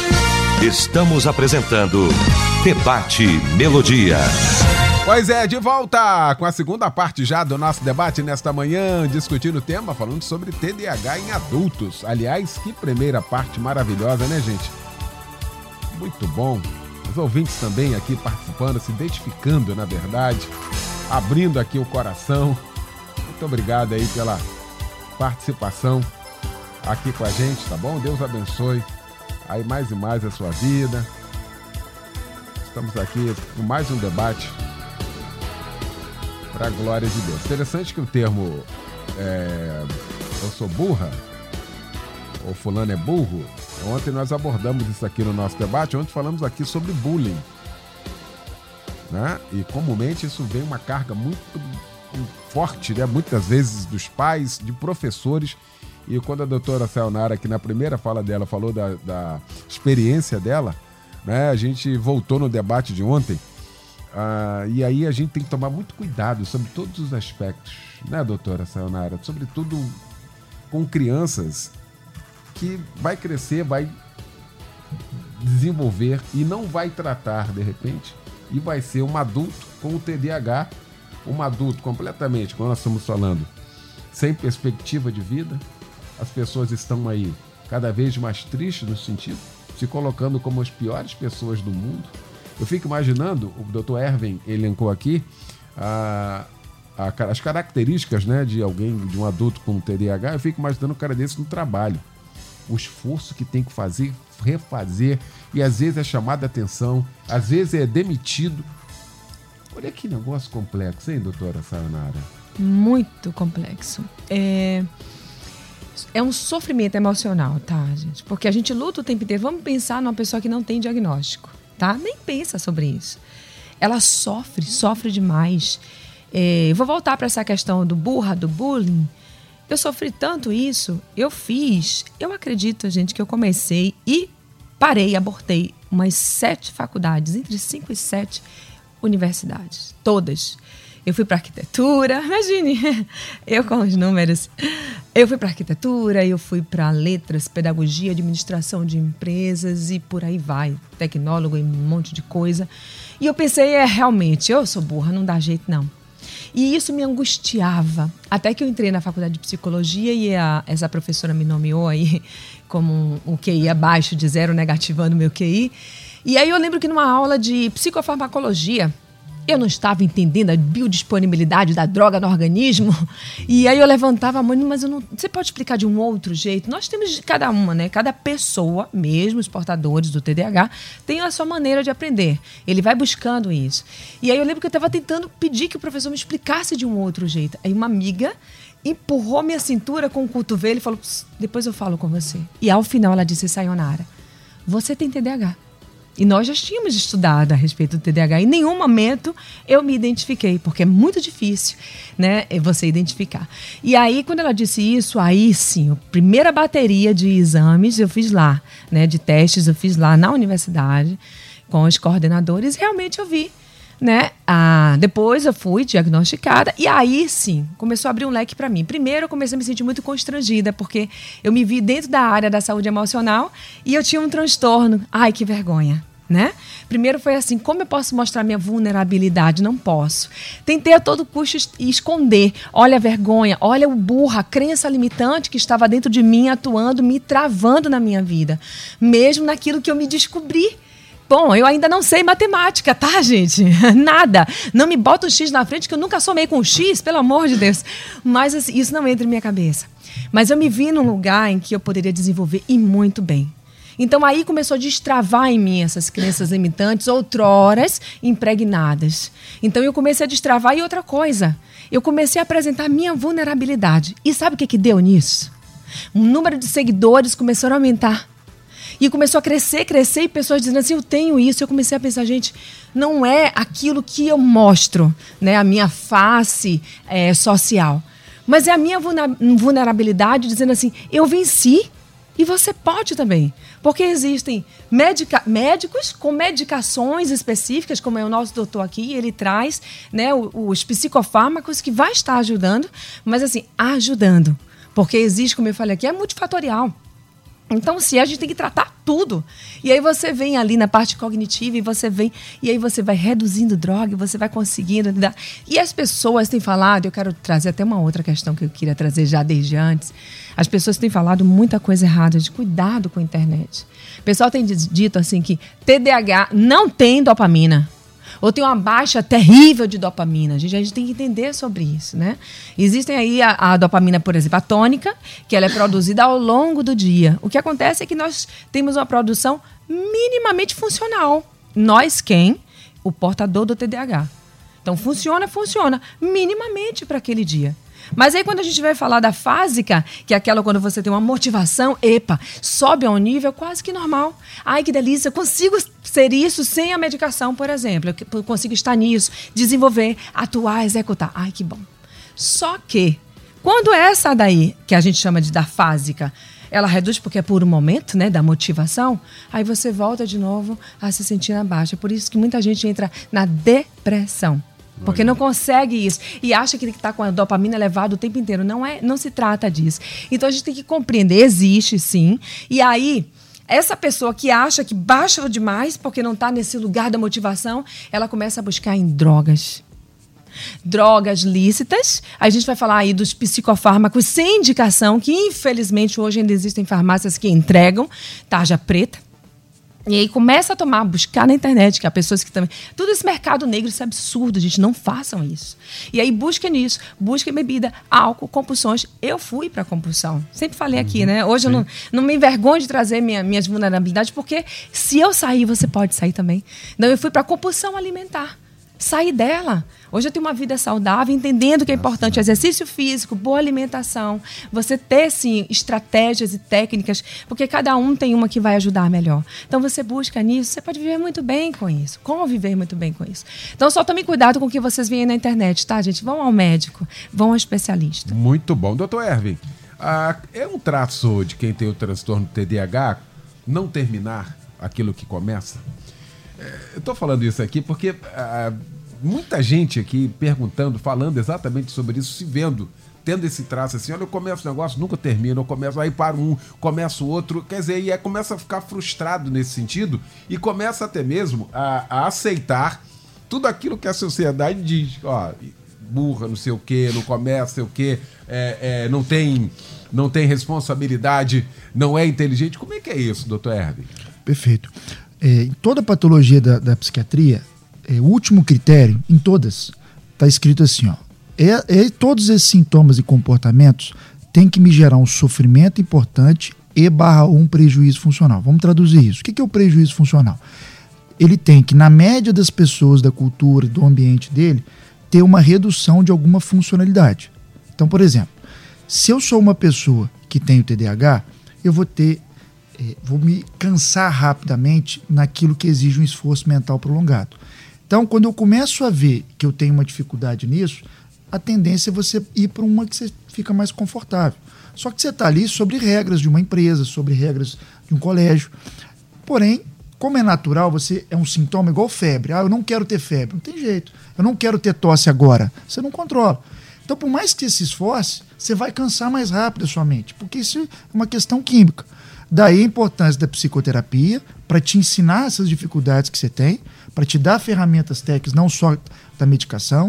Estamos apresentando Debate Melodia. Pois é, de volta com a segunda parte já do nosso debate nesta manhã, discutindo o tema, falando sobre TDAH em adultos. Aliás, que primeira parte maravilhosa, né, gente? Muito bom. Os ouvintes também aqui participando, se identificando, na verdade, abrindo aqui o coração. Muito obrigado aí pela participação aqui com a gente, tá bom? Deus abençoe aí mais e mais a sua vida. Estamos aqui com mais um debate para a glória de Deus. Interessante que o termo eu sou burra ou fulano é burro. Ontem nós abordamos isso aqui no nosso debate. Ontem falamos aqui sobre bullying, né? E comumente isso vem uma carga muito forte, né? Muitas vezes dos pais, de professores. E quando a doutora Sayonara, aqui na primeira fala dela, falou da experiência dela, né? A gente voltou no debate de ontem. E aí a gente tem que tomar muito cuidado sobre todos os aspectos, né, doutora Sayonara? Sobretudo com crianças que vai crescer, vai desenvolver e não vai tratar de repente e vai ser um adulto com o TDAH, um adulto completamente, como nós estamos falando, sem perspectiva de vida. As pessoas estão aí cada vez mais tristes no sentido, se colocando como as piores pessoas do mundo. Eu fico imaginando, o Dr. Erwin elencou aqui as características, né, de alguém, de um adulto com TDAH. Eu fico imaginando um cara desse no trabalho. O esforço que tem que fazer, refazer, e às vezes é chamado a atenção, às vezes é demitido. Olha que negócio complexo, hein, doutora Sayonara? Muito complexo. É um sofrimento emocional, tá, gente? Porque a gente luta o tempo inteiro. Vamos pensar numa pessoa que não tem diagnóstico, tá? Nem pensa sobre isso. Ela sofre demais. Eu vou voltar para essa questão do bullying. Eu sofri tanto isso, eu acredito, gente, que eu comecei e parei, abortei umas 7 faculdades, entre 5 e 7 universidades, todas. Eu fui para arquitetura, imagine, eu com os números. Eu fui para arquitetura, eu fui para letras, pedagogia, administração de empresas e por aí vai, tecnólogo e um monte de coisa. E eu pensei, realmente, eu sou burra, não dá jeito não. E isso me angustiava, até que eu entrei na faculdade de psicologia e essa professora me nomeou aí como um QI abaixo de 0, negativando meu QI. E aí eu lembro que numa aula de psicofarmacologia, Eu não estava entendendo a biodisponibilidade da droga no organismo. E aí eu levantava a mão, mas você pode explicar de um outro jeito? Nós temos cada uma, né? Cada pessoa, mesmo os portadores do TDAH, tem a sua maneira de aprender. Ele vai buscando isso. E aí eu lembro que eu estava tentando pedir que o professor me explicasse de um outro jeito. Aí uma amiga empurrou minha cintura com o cotovelo e falou, depois eu falo com você. E ao final ela disse, Sayonara, você tem TDAH. E nós já tínhamos estudado a respeito do TDAH. Em nenhum momento eu me identifiquei, porque é muito difícil, né, você identificar. E aí, quando ela disse isso, aí sim, a primeira bateria de exames eu fiz lá, né, de testes eu fiz lá na universidade, com os coordenadores, e realmente eu vi. Né? Depois eu fui diagnosticada e aí sim, começou a abrir um leque para mim. Primeiro eu comecei a me sentir muito constrangida, porque eu me vi dentro da área da saúde emocional e eu tinha um transtorno. Ai, que vergonha, né? Primeiro foi assim, como eu posso mostrar minha vulnerabilidade? Não posso. Tentei a todo custo esconder. Olha a vergonha, olha o burra, a crença limitante que estava dentro de mim atuando, me travando na minha vida. Mesmo naquilo que eu me descobri. Bom, eu ainda não sei matemática, tá, gente? Nada. Não me bota um X na frente, que eu nunca somei com um X, pelo amor de Deus. Mas assim, isso não entra em minha cabeça. Mas eu me vi num lugar em que eu poderia desenvolver e muito bem. Então aí começou a destravar em mim essas crenças limitantes, outroras impregnadas. Então eu comecei a destravar e outra coisa. Eu comecei a apresentar minha vulnerabilidade. E sabe o que deu nisso? O número de seguidores começou a aumentar. E começou a crescer, e pessoas dizendo assim, eu tenho isso. Eu comecei a pensar, gente, não é aquilo que eu mostro, né, a minha face social, mas é a minha vulnerabilidade dizendo assim, eu venci e você pode também. Porque existem médicos com medicações específicas, como é o nosso doutor aqui, ele traz, né, os psicofármacos que vai estar ajudando, mas assim, ajudando. Porque existe, como eu falei aqui, é multifatorial. Então, se a gente tem que tratar tudo. E aí você vem ali na parte cognitiva e aí você vai reduzindo droga, você vai conseguindo lidar. E as pessoas têm falado, eu quero trazer até uma outra questão que eu queria trazer já desde antes. As pessoas têm falado muita coisa errada, de cuidado com a internet. O pessoal tem dito assim que TDAH não tem dopamina. Ou tem uma baixa terrível de dopamina. A gente tem que entender sobre isso, né? Existem aí a dopamina, por exemplo, a tônica, que ela é produzida ao longo do dia. O que acontece é que nós temos uma produção minimamente funcional. Nós quem? O portador do TDAH. Então, funciona minimamente para aquele dia. Mas aí quando a gente vai falar da fásica, que é aquela quando você tem uma motivação, sobe a um nível quase que normal. Ai, que delícia, eu consigo ser isso sem a medicação, por exemplo. Eu consigo estar nisso, desenvolver, atuar, executar. Ai, que bom. Só que, quando essa daí, que a gente chama de da fásica, ela reduz porque é por um momento, né, da motivação, aí você volta de novo a se sentir na baixa. Por isso que muita gente entra na depressão. Porque não consegue isso. E acha que está com a dopamina elevada o tempo inteiro. Não se trata disso. Então a gente tem que compreender, existe sim. E aí, essa pessoa que acha que baixa demais porque não está nesse lugar da motivação, ela começa a buscar em drogas. Drogas lícitas. A gente vai falar aí dos psicofármacos sem indicação, que infelizmente hoje ainda existem farmácias que entregam tarja preta. E aí começa a buscar na internet, que há pessoas que também... Tudo esse mercado negro, isso é absurdo, gente, não façam isso. E aí busquem nisso, busquem bebida, álcool, compulsões. Eu fui para compulsão, sempre falei aqui, né? Hoje eu não me envergonho de trazer minhas vulnerabilidades, porque se eu sair, você pode sair também. Então eu fui para compulsão alimentar. Sair dela. Hoje eu tenho uma vida saudável, entendendo que é importante exercício físico, boa alimentação, você ter, sim, estratégias e técnicas, porque cada um tem uma que vai ajudar melhor. Então você busca nisso, você pode viver muito bem com isso, conviver muito bem com isso. Então só tomem cuidado com o que vocês veem na internet, tá, gente? Vão ao médico, vão ao especialista. Muito bom. Doutor Erwin, é um traço de quem tem o transtorno TDAH não terminar aquilo que começa? Eu estou falando isso aqui porque muita gente aqui perguntando, falando exatamente sobre isso, se vendo, tendo esse traço assim, olha, eu começo o negócio, nunca termino, eu começo, aí para um, começo o outro, quer dizer, e começa a ficar frustrado nesse sentido e começa até mesmo a aceitar tudo aquilo que a sociedade diz, burra, não sei o quê, não começa, sei o quê, não tem responsabilidade, não é inteligente. Como é que é isso, doutor Erwin? Perfeito. Em toda patologia da psiquiatria, o último critério, em todas, está escrito assim, ó, todos esses sintomas e comportamentos têm que me gerar um sofrimento importante e/um prejuízo funcional. Vamos traduzir isso. O que é o prejuízo funcional? Ele tem que, na média das pessoas, da cultura, do ambiente dele, ter uma redução de alguma funcionalidade. Então, por exemplo, se eu sou uma pessoa que tem o TDAH, eu vou me cansar rapidamente naquilo que exige um esforço mental prolongado. Então, quando eu começo a ver que eu tenho uma dificuldade nisso, a tendência é você ir para uma que você fica mais confortável. Só que você está ali sobre regras de uma empresa, sobre regras de um colégio. Porém, como é natural, você é um sintoma igual febre. Eu não quero ter febre. Não tem jeito. Eu não quero ter tosse agora. Você não controla. Então, por mais que você se esforce, você vai cansar mais rápido a sua mente, porque isso é uma questão química. Daí a importância da psicoterapia para te ensinar essas dificuldades que você tem, para te dar ferramentas técnicas, não só da medicação,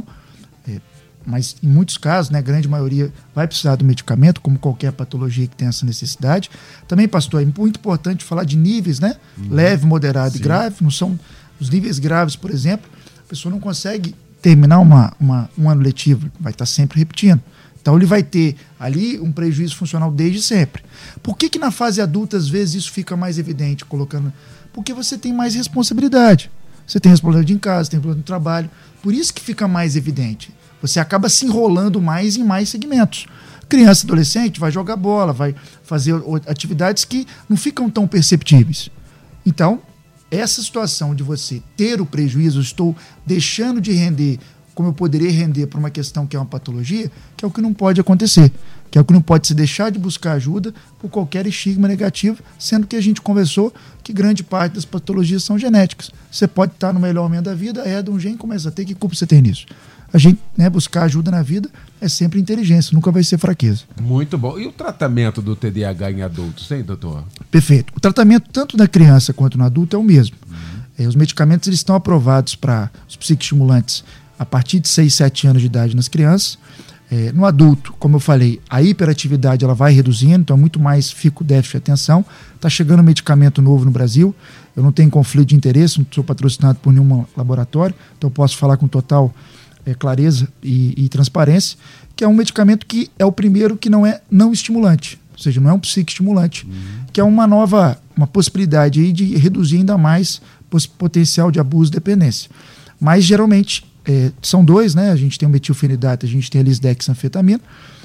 mas em muitos casos, né, a grande maioria vai precisar do medicamento, como qualquer patologia que tenha essa necessidade. Também, pastor, é muito importante falar de níveis, né? Leve, moderado e grave. Não são os níveis graves, por exemplo, a pessoa não consegue terminar um ano letivo, vai estar sempre repetindo. Então ele vai ter ali um prejuízo funcional desde sempre. Por que na fase adulta, às vezes, isso fica mais evidente, colocando? Porque você tem mais responsabilidade. Você tem responsabilidade em casa, tem responsabilidade no trabalho. Por isso que fica mais evidente. Você acaba se enrolando mais em mais segmentos. Criança e adolescente vai jogar bola, vai fazer atividades que não ficam tão perceptíveis. Então, essa situação de você ter o prejuízo, eu estou deixando de render como eu poderia render para uma questão que é uma patologia, que é o que não pode acontecer, que é o que não pode se deixar de buscar ajuda por qualquer estigma negativo, sendo que a gente conversou que grande parte das patologias são genéticas. Você pode estar no melhor momento da vida, de um gene, começa a ter, que culpa você tem nisso? A gente, buscar ajuda na vida é sempre inteligência, nunca vai ser fraqueza. Muito bom. E o tratamento do TDAH em adultos, hein, doutor? Perfeito. O tratamento tanto na criança quanto no adulto é o mesmo. Os medicamentos eles estão aprovados para os psicoestimulantes a partir de 6, 7 anos de idade nas crianças. No adulto, como eu falei, a hiperatividade ela vai reduzindo, então é muito mais fica o déficit de atenção. Está chegando um medicamento novo no Brasil, eu não tenho conflito de interesse, não sou patrocinado por nenhum laboratório, então eu posso falar com total clareza e transparência, que é um medicamento que é o primeiro que não é não estimulante, ou seja, não é um psicoestimulante, que é uma possibilidade aí de reduzir ainda mais potencial de abuso e dependência. Mas geralmente são dois, né? A gente tem o metilfenidato, a gente tem a lisdexanfetamina.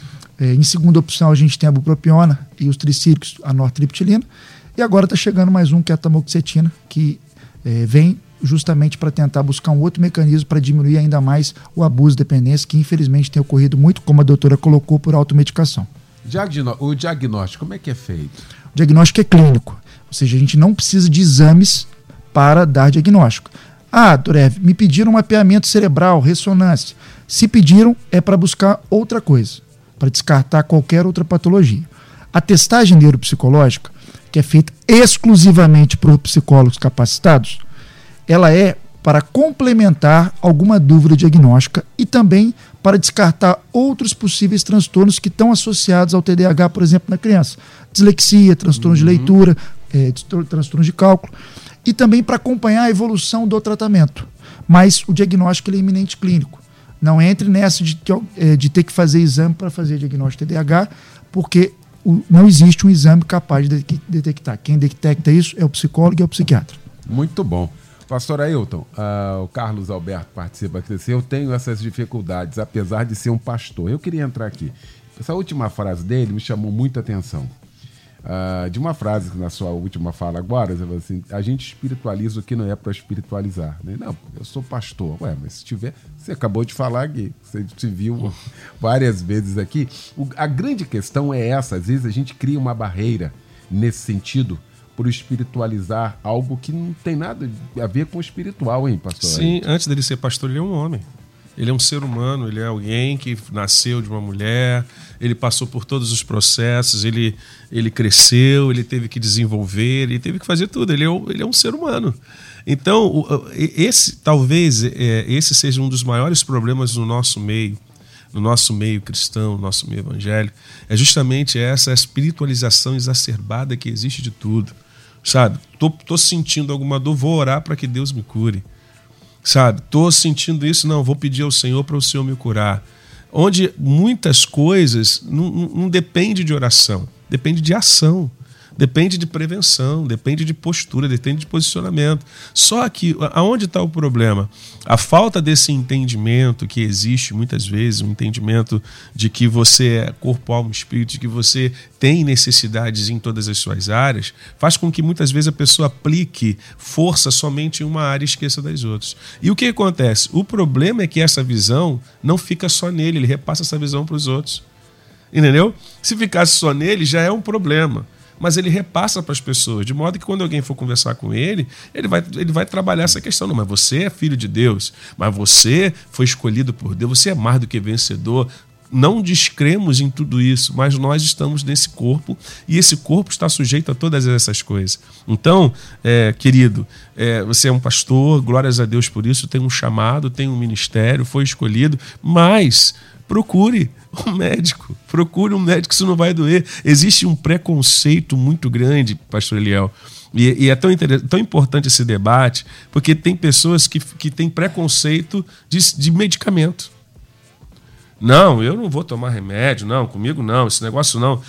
Em segunda opção, a gente tem a bupropiona e os tricíclicos, a nortriptilina. E agora está chegando mais um, que é a tamoxetina, que vem justamente para tentar buscar um outro mecanismo para diminuir ainda mais o abuso e dependência, que infelizmente tem ocorrido muito, como a doutora colocou, por automedicação. O diagnóstico, como é que é feito? O diagnóstico é clínico, ou seja, a gente não precisa de exames para dar diagnóstico. Dorev, me pediram um mapeamento cerebral, ressonância. Se pediram, é para buscar outra coisa, para descartar qualquer outra patologia. A testagem neuropsicológica, que é feita exclusivamente por psicólogos capacitados, ela é para complementar alguma dúvida diagnóstica e também para descartar outros possíveis transtornos que estão associados ao TDAH, por exemplo, na criança. Dislexia, transtorno de leitura, transtorno de cálculo. E também para acompanhar a evolução do tratamento. Mas o diagnóstico ele é eminente clínico. Não entre nessa de ter que fazer exame para fazer diagnóstico de TDAH, porque não existe um exame capaz de detectar. Quem detecta isso é o psicólogo e é o psiquiatra. Muito bom. Pastor Ailton, o Carlos Alberto participa aqui. Eu tenho essas dificuldades, apesar de ser um pastor. Eu queria entrar aqui. Essa última frase dele me chamou muita atenção. De uma frase na sua última fala agora, você falou assim, a gente espiritualiza o que não é para espiritualizar. Não, eu sou pastor. Mas se tiver... Você acabou de falar aqui, você se viu várias vezes aqui. A grande questão é essa, às vezes a gente cria uma barreira nesse sentido por espiritualizar algo que não tem nada a ver com o espiritual, hein, pastor? Sim, antes dele ser pastor, ele é um homem. Ele é um ser humano, ele é alguém que nasceu de uma mulher, ele passou por todos os processos, ele cresceu, ele teve que desenvolver, ele teve que fazer tudo, ele é um ser humano. Então, talvez esse seja um dos maiores problemas no nosso meio cristão, no nosso meio evangélico, é justamente essa espiritualização exacerbada que existe de tudo. Sabe? Tô sentindo alguma dor, vou orar para que Deus me cure. sabe? Estou sentindo isso, não, vou pedir ao Senhor para o Senhor me curar. Onde muitas coisas não depende de oração, depende de ação. Depende de prevenção, depende de postura, depende de posicionamento. Só que aonde está o problema? A falta desse entendimento que existe muitas vezes, um entendimento de que você é corpo, alma, espírito, de que você tem necessidades em todas as suas áreas, faz com que muitas vezes a pessoa aplique força somente em uma área e esqueça das outras. E o que acontece? O problema é que essa visão não fica só nele, ele repassa essa visão para os outros. Entendeu? Se ficasse só nele, já é um problema. Mas ele repassa para as pessoas, de modo que quando alguém for conversar com ele vai trabalhar essa questão. Não, mas você é filho de Deus, mas você foi escolhido por Deus, você é mais do que vencedor. Não descremos em tudo isso, mas nós estamos nesse corpo e esse corpo está sujeito a todas essas coisas. Então, querido, você é um pastor, glórias a Deus por isso, tem um chamado, tem um ministério, foi escolhido, mas procure um médico, isso não vai doer. Existe um preconceito muito grande, pastor Eliel, e é tão importante esse debate, porque tem pessoas que têm preconceito de medicamento. Não, eu não vou tomar remédio, não, comigo não, esse negócio não.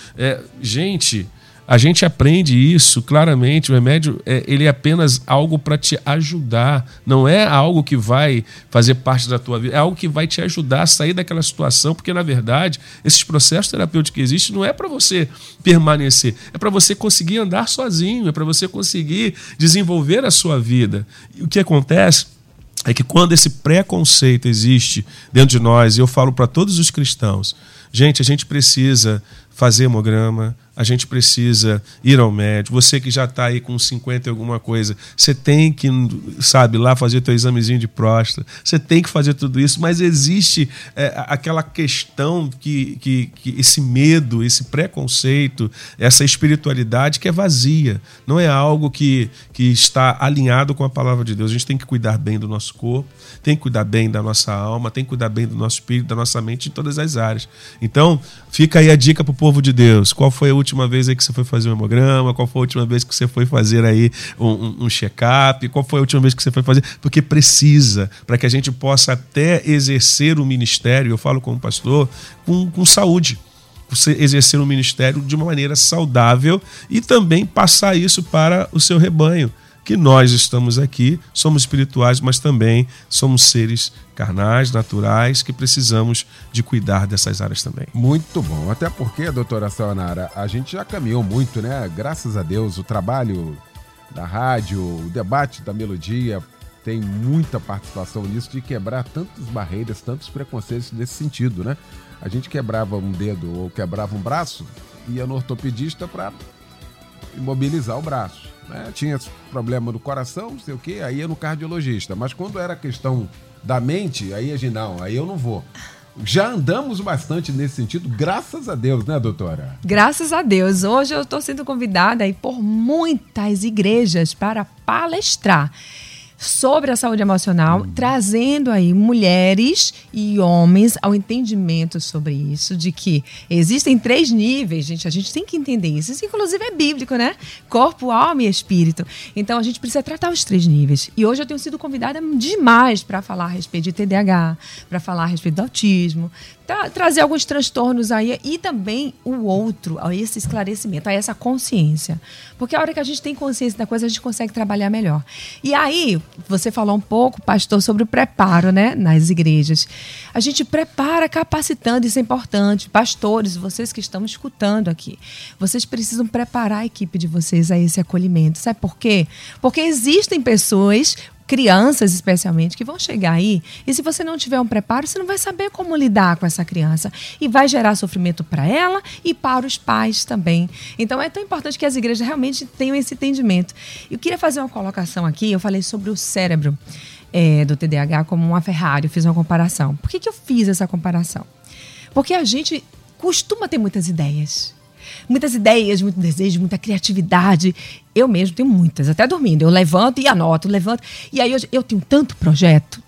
Gente, a gente aprende isso claramente, o remédio ele é apenas algo para te ajudar, não é algo que vai fazer parte da tua vida, é algo que vai te ajudar a sair daquela situação, porque na verdade esses processos terapêuticos que existem não é para você permanecer, é para você conseguir andar sozinho, é para você conseguir desenvolver a sua vida. E o que acontece é que quando esse preconceito existe dentro de nós, e eu falo para todos os cristãos, gente, a gente precisa fazer hemograma, a gente precisa ir ao médico. Você que já está aí com 50 e alguma coisa, você tem que, sabe, lá fazer o teu examezinho de próstata, você tem que fazer tudo isso, mas existe aquela questão que esse medo, esse preconceito, essa espiritualidade que é vazia, não é algo que está alinhado com a palavra de Deus. A gente tem que cuidar bem do nosso corpo, tem que cuidar bem da nossa alma, tem que cuidar bem do nosso espírito, da nossa mente, em todas as áreas. Então, fica aí a dica para o povo de Deus. Qual foi a última vez aí que você foi fazer um hemograma? Qual foi a última vez que você foi fazer aí um check-up? Qual foi a última vez que você foi fazer? Porque precisa, para que a gente possa até exercer o ministério, eu falo como pastor, com saúde. Você exercer um ministério de uma maneira saudável e também passar isso para o seu rebanho. Que nós estamos aqui, somos espirituais, mas também somos seres carnais, naturais, que precisamos de cuidar dessas áreas também. Muito bom, até porque, doutora Sayonara, a gente já caminhou muito, né? Graças a Deus, o trabalho da rádio, o debate da melodia tem muita participação nisso, de quebrar tantas barreiras, tantos preconceitos nesse sentido, né? A gente quebrava um dedo ou quebrava um braço, ia no ortopedista para imobilizar o braço. Tinha problema do coração, não sei o quê, aí ia no cardiologista. Mas quando era questão da mente, aí a gente, não, aí eu não vou. Já andamos bastante nesse sentido, graças a Deus, né, doutora? Graças a Deus. Hoje eu estou sendo convidada aí por muitas igrejas para palestrar sobre a saúde emocional, trazendo aí mulheres e homens ao entendimento sobre isso, de que existem 3 níveis, gente, a gente tem que entender isso. Isso, inclusive, é bíblico, né? Corpo, alma e espírito. Então, a gente precisa tratar os 3 níveis. E hoje eu tenho sido convidada demais para falar a respeito de TDAH, para falar a respeito do autismo, trazer alguns transtornos aí e também o outro, a esse esclarecimento, a essa consciência. Porque a hora que a gente tem consciência da coisa, a gente consegue trabalhar melhor. E aí, você falou um pouco, pastor, sobre o preparo, né, nas igrejas. A gente prepara capacitando, isso é importante. Pastores, vocês que estão escutando aqui, vocês precisam preparar a equipe de vocês a esse acolhimento. Sabe por quê? Porque existem pessoas, crianças especialmente, que vão chegar aí e se você não tiver um preparo, você não vai saber como lidar com essa criança e vai gerar sofrimento para ela e para os pais também. Então é tão importante que as igrejas realmente tenham esse entendimento. Eu queria fazer uma colocação aqui, eu falei sobre o cérebro do TDAH como uma Ferrari, eu fiz uma comparação. Por que eu fiz essa comparação? Porque a gente costuma ter muitas ideias, muito desejo, muita criatividade. Eu mesmo tenho muitas, até dormindo. Eu levanto e anoto, E aí eu tenho tanto projeto.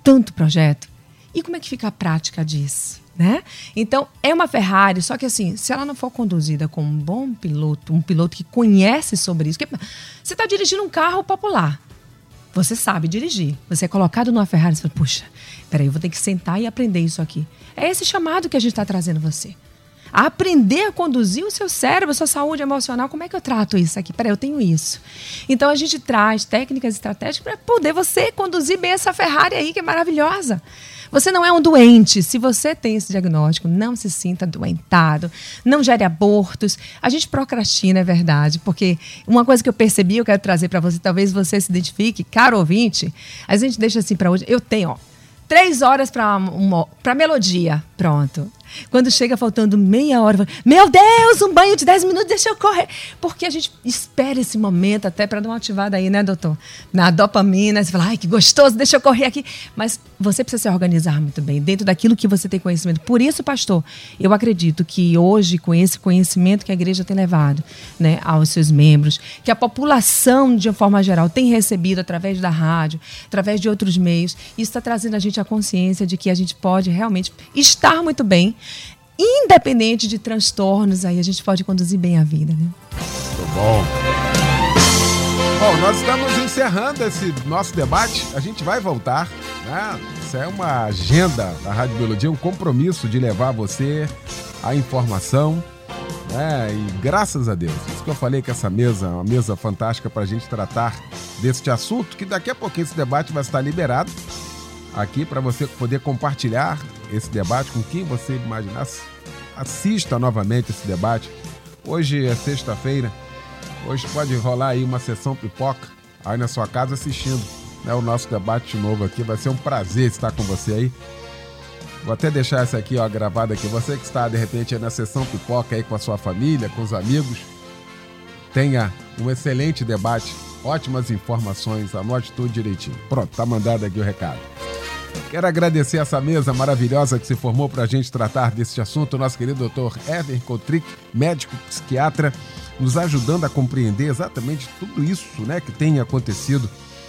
E como é que fica a prática disso, né? Então, é uma Ferrari, só que assim, se ela não for conduzida com um bom piloto, um piloto que conhece sobre isso... Você está dirigindo um carro popular. Você sabe dirigir. Você é colocado numa Ferrari e você fala, puxa, peraí, eu vou ter que sentar e aprender isso aqui. É esse chamado que a gente está trazendo você. A aprender a conduzir o seu cérebro, a sua saúde emocional. Como é que eu trato isso aqui? Peraí, eu tenho isso. Então, a gente traz técnicas estratégicas para poder você conduzir bem essa Ferrari aí, que é maravilhosa. Você não é um doente. Se você tem esse diagnóstico, não se sinta adoentado, não gere abortos. A gente procrastina, é verdade, porque uma coisa que eu percebi, eu quero trazer para você, talvez você se identifique, caro ouvinte, a gente deixa assim para hoje. Eu tenho, 3 horas para melodia, pronto. Quando chega faltando meia hora, falo, meu Deus, um banho de 10 minutos, deixa eu correr. Porque a gente espera esse momento até para dar uma ativada aí, né, doutor? Na dopamina, você fala, ai, que gostoso, deixa eu correr aqui. Mas você precisa se organizar muito bem, dentro daquilo que você tem conhecimento. Por isso, pastor, eu acredito que hoje, com esse conhecimento que a igreja tem levado, né, aos seus membros, que a população, de uma forma geral, tem recebido através da rádio, através de outros meios, isso está trazendo a gente a consciência de que a gente pode realmente estar muito bem, independente de transtornos, aí a gente pode conduzir bem a vida, né? Muito bom. Bom, nós estamos encerrando esse nosso debate. A gente vai voltar, né? Isso é uma agenda da Rádio Melodia, um compromisso de levar você a informação, né? E graças a Deus, isso que eu falei que essa mesa é uma mesa fantástica para a gente tratar deste assunto, que daqui a pouquinho esse debate vai estar liberado aqui para você poder compartilhar esse debate com quem você imaginar. Assista novamente esse debate. Hoje é sexta-feira. Hoje pode rolar aí uma sessão pipoca aí na sua casa assistindo, né, o nosso debate novo aqui. Vai ser um prazer estar com você aí. Vou até deixar essa aqui, ó, gravada aqui. Você que está, de repente, na sessão pipoca aí com a sua família, com os amigos, tenha um excelente debate, ótimas informações, anote tudo direitinho. Pronto, tá mandado aqui o recado. Quero agradecer essa mesa maravilhosa que se formou para a gente tratar desse assunto, o nosso querido Dr. Ervin Kotrick, médico psiquiatra, nos ajudando a compreender exatamente tudo isso, né, que tem acontecido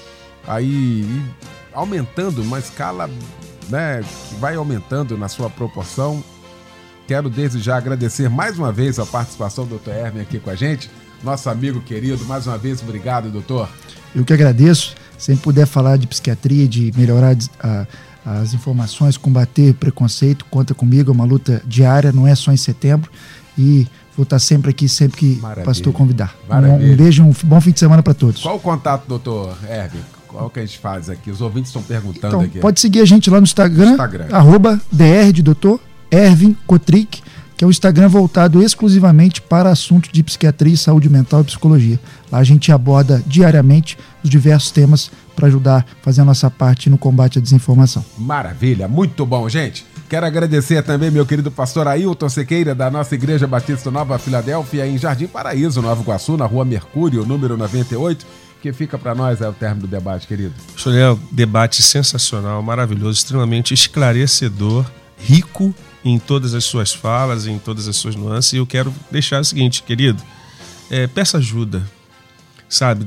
aí, aumentando uma escala, né, que vai aumentando na sua proporção. Quero desde já agradecer mais uma vez a participação do Dr. Ervin aqui com a gente, nosso amigo querido. Mais uma vez, obrigado, doutor. Eu que agradeço. Sempre puder falar de psiquiatria, de melhorar as informações, combater preconceito, conta comigo, é uma luta diária, não é só em setembro. E vou estar sempre aqui, sempre que o pastor convidar. Um beijo, um bom fim de semana para todos. Qual o contato, doutor Ervin? Qual que a gente faz aqui? Os ouvintes estão perguntando aqui. Pode seguir a gente lá no Instagram. @dr de Dr. Ervin Kotrick, que é um Instagram voltado exclusivamente para assuntos de psiquiatria, saúde mental e psicologia. Lá a gente aborda diariamente os diversos temas para ajudar a fazer a nossa parte no combate à desinformação. Maravilha, muito bom, gente. Quero agradecer também meu querido pastor Ailton Sequeira, da nossa Igreja Batista Nova Filadélfia, em Jardim Paraíso, Nova Iguaçu, na Rua Mercúrio, número 98, que fica para nós ao término do debate, querido. Pastor, debate sensacional, maravilhoso, extremamente esclarecedor, rico em todas as suas falas, em todas as suas nuances. E eu quero deixar o seguinte, querido, peça ajuda, sabe?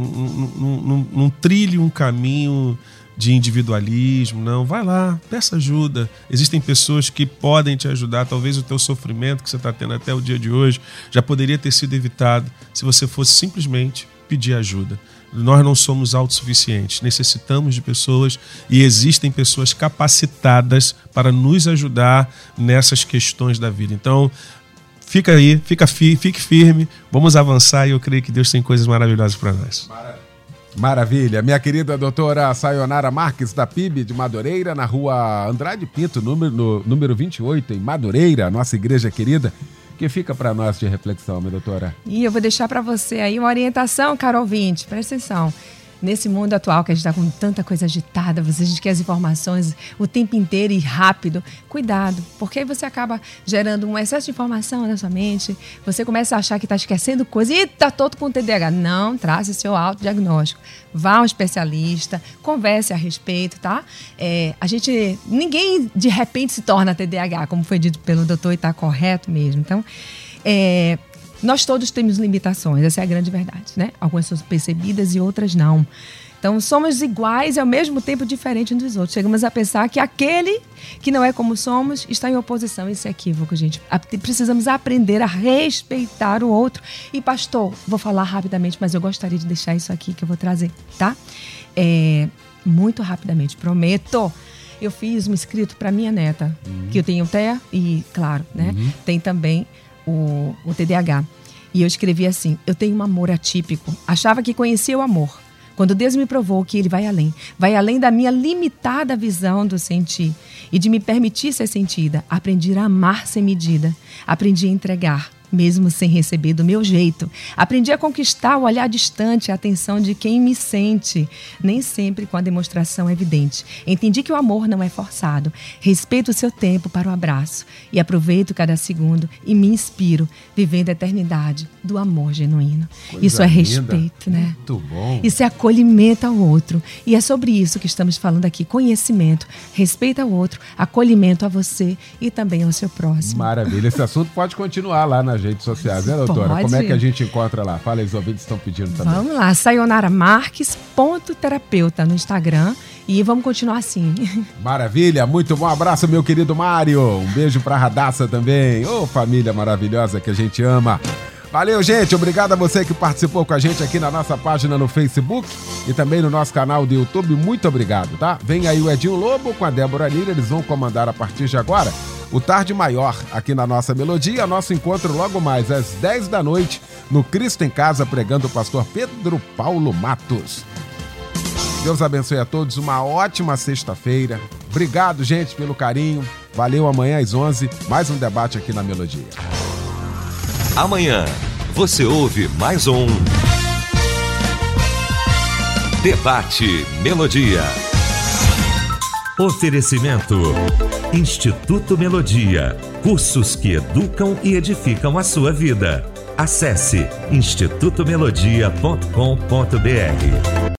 Não trilhe um caminho de individualismo, não. Vai lá, peça ajuda. Existem pessoas que podem te ajudar. Talvez o teu sofrimento que você está tendo até o dia de hoje já poderia ter sido evitado se você fosse simplesmente pedir ajuda. Nós não somos autossuficientes, necessitamos de pessoas, e existem pessoas capacitadas para nos ajudar nessas questões da vida. Então, fica aí, fique firme, vamos avançar, e eu creio que Deus tem coisas maravilhosas para nós. Maravilha. Minha querida doutora Sayonara Marques, da PIB de Madureira, na Rua Andrade Pinto, número 28, em Madureira, nossa igreja querida. Que fica para nós de reflexão, minha doutora? E eu vou deixar para você aí uma orientação, caro ouvinte, presta atenção. Nesse mundo atual que a gente está com tanta coisa agitada, a gente quer as informações o tempo inteiro e rápido, cuidado, porque aí você acaba gerando um excesso de informação na sua mente, você começa a achar que está esquecendo coisa e está todo com TDAH. Não, traça seu autodiagnóstico, vá a um especialista, converse a respeito, tá? Ninguém de repente se torna TDAH, como foi dito pelo doutor, e está correto mesmo. Então, nós todos temos limitações, essa é a grande verdade, né? Algumas são percebidas e outras não. Então, somos iguais e ao mesmo tempo diferentes uns dos outros. Chegamos a pensar que aquele que não é como somos está em oposição. Isso é equívoco, gente. Precisamos aprender a respeitar o outro. E, pastor, vou falar rapidamente, mas eu gostaria de deixar isso aqui que eu vou trazer, tá? Muito rapidamente, prometo. Eu fiz um escrito para minha neta, que eu tenho TEA e, claro, né, tem também o TDAH. E eu escrevi assim: eu tenho um amor atípico. Achava que conhecia o amor. Quando Deus me provou que Ele vai além da minha limitada visão do sentir e de me permitir ser sentida, aprendi a amar sem medida, aprendi a entregar, mesmo sem receber do meu jeito. Aprendi a conquistar o olhar distante, a atenção de quem me sente, nem sempre com a demonstração evidente. Entendi que o amor não é forçado. Respeito o seu tempo para o abraço e aproveito cada segundo e me inspiro, vivendo a eternidade do amor genuíno. Coisa isso é linda. respeito, né? Muito bom. Isso é acolhimento ao outro. E é sobre isso que estamos falando aqui. Conhecimento, respeito ao outro, acolhimento a você e também ao seu próximo. Maravilha. Esse assunto pode continuar lá nas redes sociais, né, doutora? Pode. Como é que a gente encontra lá? Fala aí, os ouvintes estão pedindo também. Vamos lá, sayonaramarques.terapeuta no Instagram e vamos continuar assim. Maravilha, muito bom abraço, meu querido Mário. Um beijo pra Radassa também. Ô, família maravilhosa que a gente ama. Valeu, gente. Obrigado a você que participou com a gente aqui na nossa página no Facebook e também no nosso canal do YouTube. Muito obrigado, tá? Vem aí o Edinho Lobo com a Débora Lira. Eles vão comandar a partir de agora o Tarde Maior aqui na nossa Melodia. Nosso encontro logo mais às 10 da noite no Cristo em Casa, pregando o pastor Pedro Paulo Matos. Deus abençoe a todos. Uma ótima sexta-feira. Obrigado, gente, pelo carinho. Valeu. Amanhã às 11, mais um debate aqui na Melodia. Amanhã você ouve mais um Debate Melodia. Oferecimento Instituto Melodia. Cursos que educam e edificam a sua vida. Acesse institutomelodia.com.br.